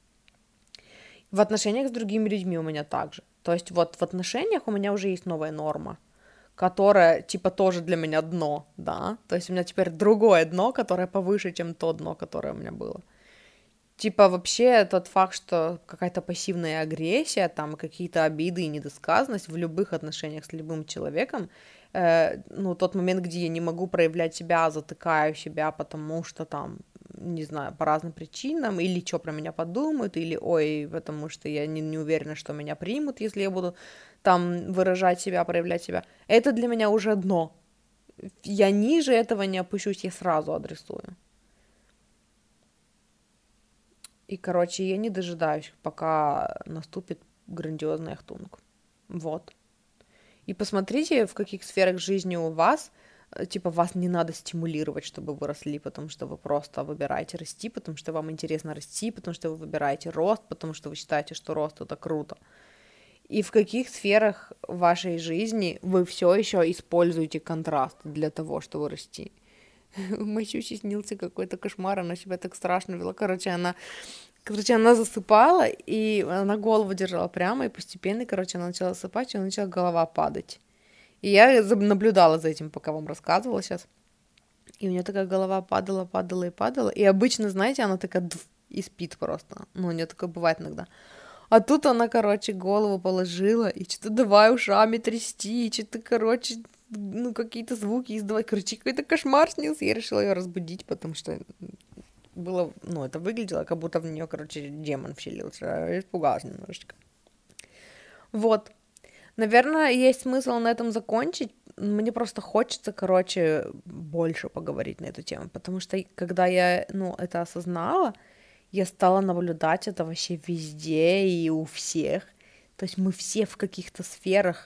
В отношениях с другими людьми у меня так же. То есть вот в отношениях у меня уже есть новая норма, которая, типа, тоже для меня дно, да? То есть у меня теперь другое дно, которое повыше, чем то дно, которое у меня было. Типа, вообще, тот факт, что какая-то пассивная агрессия, там, какие-то обиды и недосказанность в любых отношениях с любым человеком, тот момент, где я не могу проявлять себя, затыкаю себя, потому что там, не знаю, по разным причинам, или что про меня подумают, или, ой, потому что я не уверена, что меня примут, если я буду там выражать себя, проявлять себя. Это для меня уже дно. Я ниже этого не опущусь, я сразу адресую. И, короче, я не дожидаюсь, пока наступит грандиозный ахтунг. Вот. И посмотрите, в каких сферах жизни у вас, типа, вас не надо стимулировать, чтобы вы росли, потому что вы просто выбираете расти, потому что вам интересно расти, потому что вы выбираете рост, потому что вы считаете, что рост — это круто. И в каких сферах вашей жизни вы все еще используете контраст для того, чтобы расти. Масюсе снился какой-то кошмар, она себя так страшно вела. Короче, она засыпала, и она голову держала прямо, и постепенно, она начала засыпать, и у нее начала голова падать. И я наблюдала за этим, пока вам рассказывала сейчас. И у нее такая голова падала, падала и падала. И обычно, знаете, она такая и спит просто. Ну, у нее такое бывает иногда. А тут она, голову положила, и что-то давай ушами трясти, и что-то, какие-то звуки издавать. Какой-то кошмар снился. Я решила ее разбудить, потому что было, это выглядело, как будто в нее, демон вселился. Я испугалась немножечко. Вот. Наверное, есть смысл на этом закончить. Мне просто хочется, больше поговорить на эту тему, потому что когда я, это осознала, я стала наблюдать это вообще везде и у всех. То есть мы все в каких-то сферах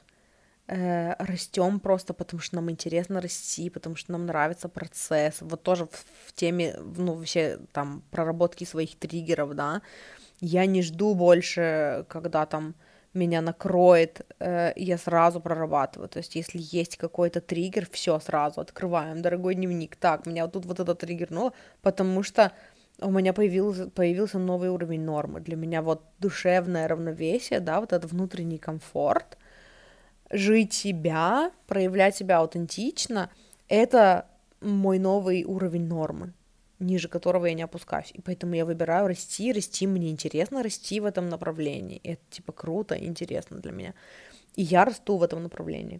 растем просто потому, что нам интересно расти, потому что нам нравится процесс. Вот тоже в теме, вообще там проработки своих триггеров, да. Я не жду больше, когда там меня накроет, я сразу прорабатываю. То есть если есть какой-то триггер, все сразу открываем, дорогой дневник. Так, меня тут вот это триггернуло, потому что у меня появился новый уровень нормы. Для меня вот душевное равновесие, да, вот этот внутренний комфорт, жить себя, проявлять себя аутентично, это мой новый уровень нормы, ниже которого я не опускаюсь. И поэтому я выбираю расти, мне интересно расти в этом направлении. Это типа круто, интересно для меня. И я расту в этом направлении.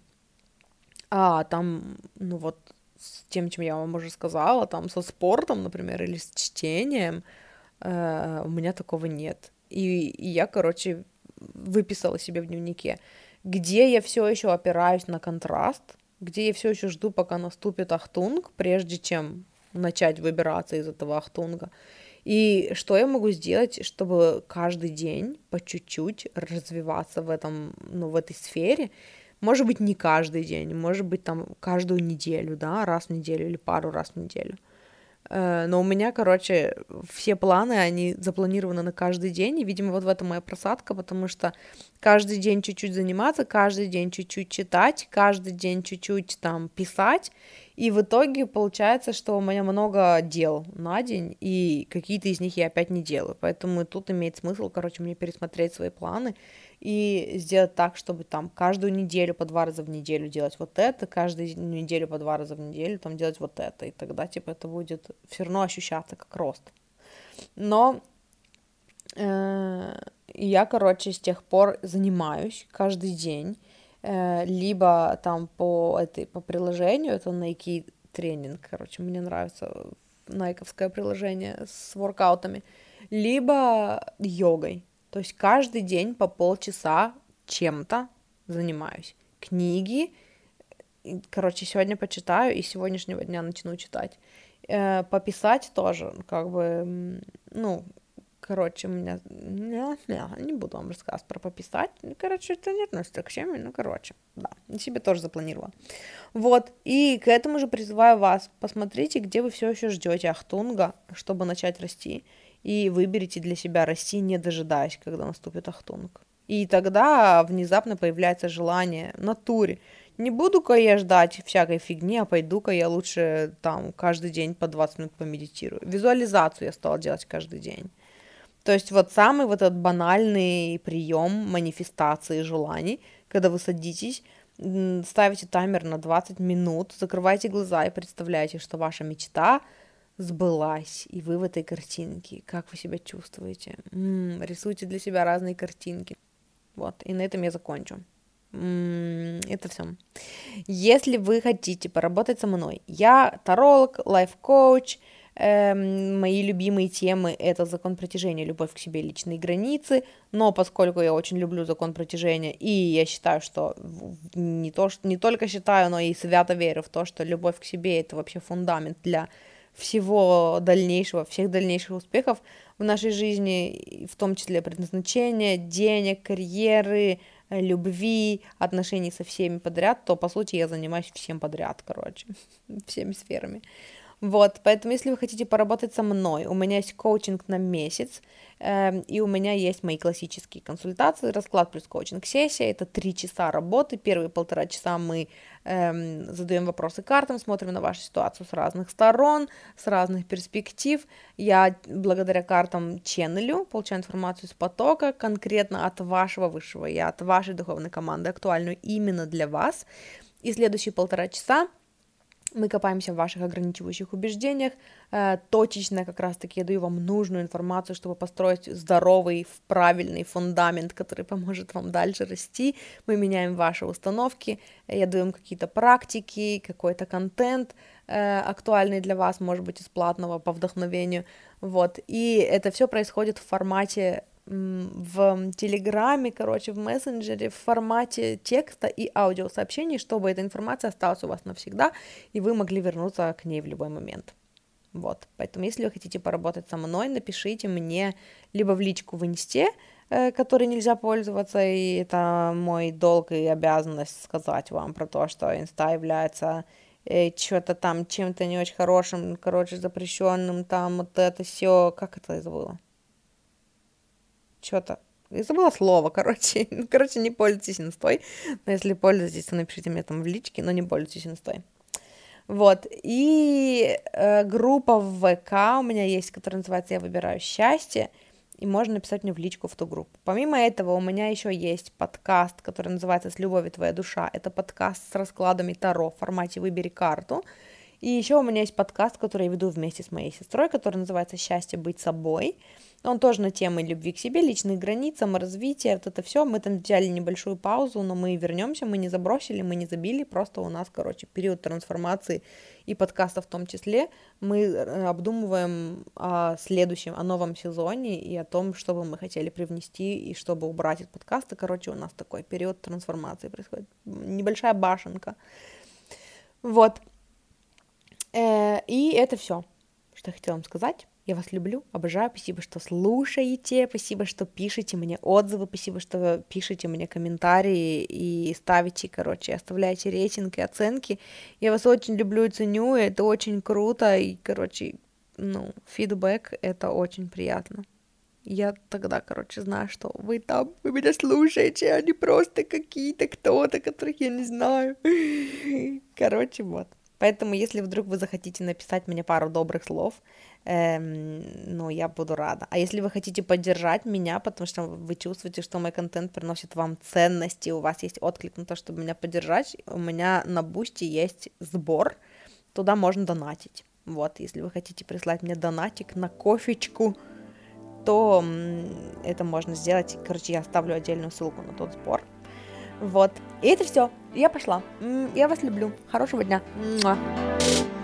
А там, с тем, чем я вам уже сказала, там со спортом, например, или с чтением, у меня такого нет. И я, выписала себе в дневнике, где я все еще опираюсь на контраст, где я все еще жду, пока наступит ахтунг, прежде чем начать выбираться из этого ахтунга. И что я могу сделать, чтобы каждый день по чуть-чуть развиваться в этой сфере. Может быть, не каждый день, может быть, там каждую неделю, да, раз в неделю или пару раз в неделю. Но у меня, все планы, они запланированы на каждый день, и, видимо, вот в этом моя просадка, потому что каждый день чуть-чуть заниматься, каждый день чуть-чуть читать, каждый день чуть-чуть там писать, и в итоге получается, что у меня много дел на день, и какие-то из них я опять не делаю, поэтому тут имеет смысл, мне пересмотреть свои планы и сделать так, чтобы там каждую неделю по 2 раза в неделю делать вот это, каждую неделю по 2 раза в неделю там делать вот это, и тогда, это будет все равно ощущаться как рост. Но я, с тех пор занимаюсь каждый день, либо там по приложению, это Nike тренинг, мне нравится найковское приложение с воркаутами, либо йогой. То есть каждый день по полчаса чем-то занимаюсь. Книги, сегодня почитаю, и с сегодняшнего дня начну читать. Пописать тоже, у меня... Не буду вам рассказывать про пописать. Это не относится к теме, да, я себе тоже запланировала. Вот, и к этому же призываю вас. Посмотрите, где вы все еще ждете ахтунга, чтобы начать расти, и выберите для себя расти, не дожидаясь, когда наступит ахтунг. И тогда внезапно появляется желание в натуре. Не буду-ка я ждать всякой фигни, а пойду-ка я лучше там каждый день по 20 минут помедитирую. Визуализацию я стала делать каждый день. То есть вот самый вот этот банальный прием манифестации желаний, когда вы садитесь, ставите таймер на 20 минут, закрываете глаза и представляете, что ваша мечта сбылась, и вы в этой картинке. Как вы себя чувствуете? Рисуйте для себя разные картинки. Вот, и на этом я закончу. Это все. Если вы хотите поработать со мной, я таролог, лайф-коуч, мои любимые темы — это закон притяжения, любовь к себе, личные границы, но поскольку я очень люблю закон притяжения, и я считаю, что не только считаю, но и свято верю в то, что любовь к себе — это вообще фундамент для всего дальнейшего, всех дальнейших успехов, в нашей жизни, в том числе предназначения, денег, карьеры, любви, отношений со всеми подряд, то, по сути, я занимаюсь всем подряд, короче, всеми сферами. Вот, поэтому, если вы хотите поработать со мной, у меня есть коучинг на месяц, и у меня есть мои классические консультации, расклад плюс коучинг-сессия, это 3 часа работы, первые 1,5 часа мы задаем вопросы картам, смотрим на вашу ситуацию с разных сторон, с разных перспектив, я благодаря картам ченнелю, получаю информацию из потока, конкретно от вашего высшего я, от вашей духовной команды, актуальную именно для вас, и следующие 1,5 часа мы копаемся в ваших ограничивающих убеждениях, точечно как раз-таки я даю вам нужную информацию, чтобы построить здоровый, правильный фундамент, который поможет вам дальше расти. Мы меняем ваши установки, я даю вам какие-то практики, какой-то контент актуальный для вас, может быть, из платного по вдохновению, вот, и это все происходит в формате в Телеграме, короче, в мессенджере, в формате текста и аудиосообщений, чтобы эта информация осталась у вас навсегда, и вы могли вернуться к ней в любой момент. Вот, поэтому, если вы хотите поработать со мной, напишите мне либо в личку в инсте, которой нельзя пользоваться, и это мой долг и обязанность сказать вам про то, что инста является что-то там чем-то не очень хорошим, короче, запрещенным, там вот это все, как это я забыла? Что-то, я забыла слово, короче, не пользуйтесь инстой, но если пользуетесь, то напишите мне там в личке, но не пользуйтесь инстой. Вот, и группа в ВК у меня есть, которая называется «Я выбираю счастье», и можно написать мне в личку в ту группу. Помимо этого, у меня еще есть подкаст, который называется «С любовью твоя душа», это подкаст с раскладами Таро в формате «Выбери карту», и еще у меня есть подкаст, который я веду вместе с моей сестрой, который называется «Счастье быть собой». Он тоже на темы любви к себе, личных границ, саморазвития, вот это все. Мы там взяли небольшую паузу, но мы вернемся, мы не забросили, мы не забили, просто у нас, короче, период трансформации и подкаста в том числе. Мы обдумываем о следующем, о новом сезоне и о том, что бы мы хотели привнести и чтобы убрать из подкаста. Короче, у нас такой период трансформации происходит, небольшая башенка. Вот. И это все, что я хотела вам сказать. Я вас люблю, обожаю, спасибо, что слушаете, спасибо, что пишете мне отзывы, спасибо, что пишете мне комментарии и ставите, короче, оставляете рейтинг и оценки. Я вас очень люблю и ценю, и это очень круто, и, короче, фидбэк — это очень приятно. Я тогда, короче, знаю, что вы там, вы меня слушаете, а не просто какие-то кто-то, которых я не знаю. Короче, вот. Поэтому, если вдруг вы захотите написать мне пару добрых слов, я буду рада. А если вы хотите поддержать меня, потому что вы чувствуете, что мой контент приносит вам ценности, у вас есть отклик на то, чтобы меня поддержать, у меня на Бусти есть сбор, туда можно донатить. Вот, если вы хотите прислать мне донатик на кофечку, то это можно сделать. Короче, я оставлю отдельную ссылку на тот сбор. Вот. И это все. Я пошла. Я вас люблю. Хорошего дня.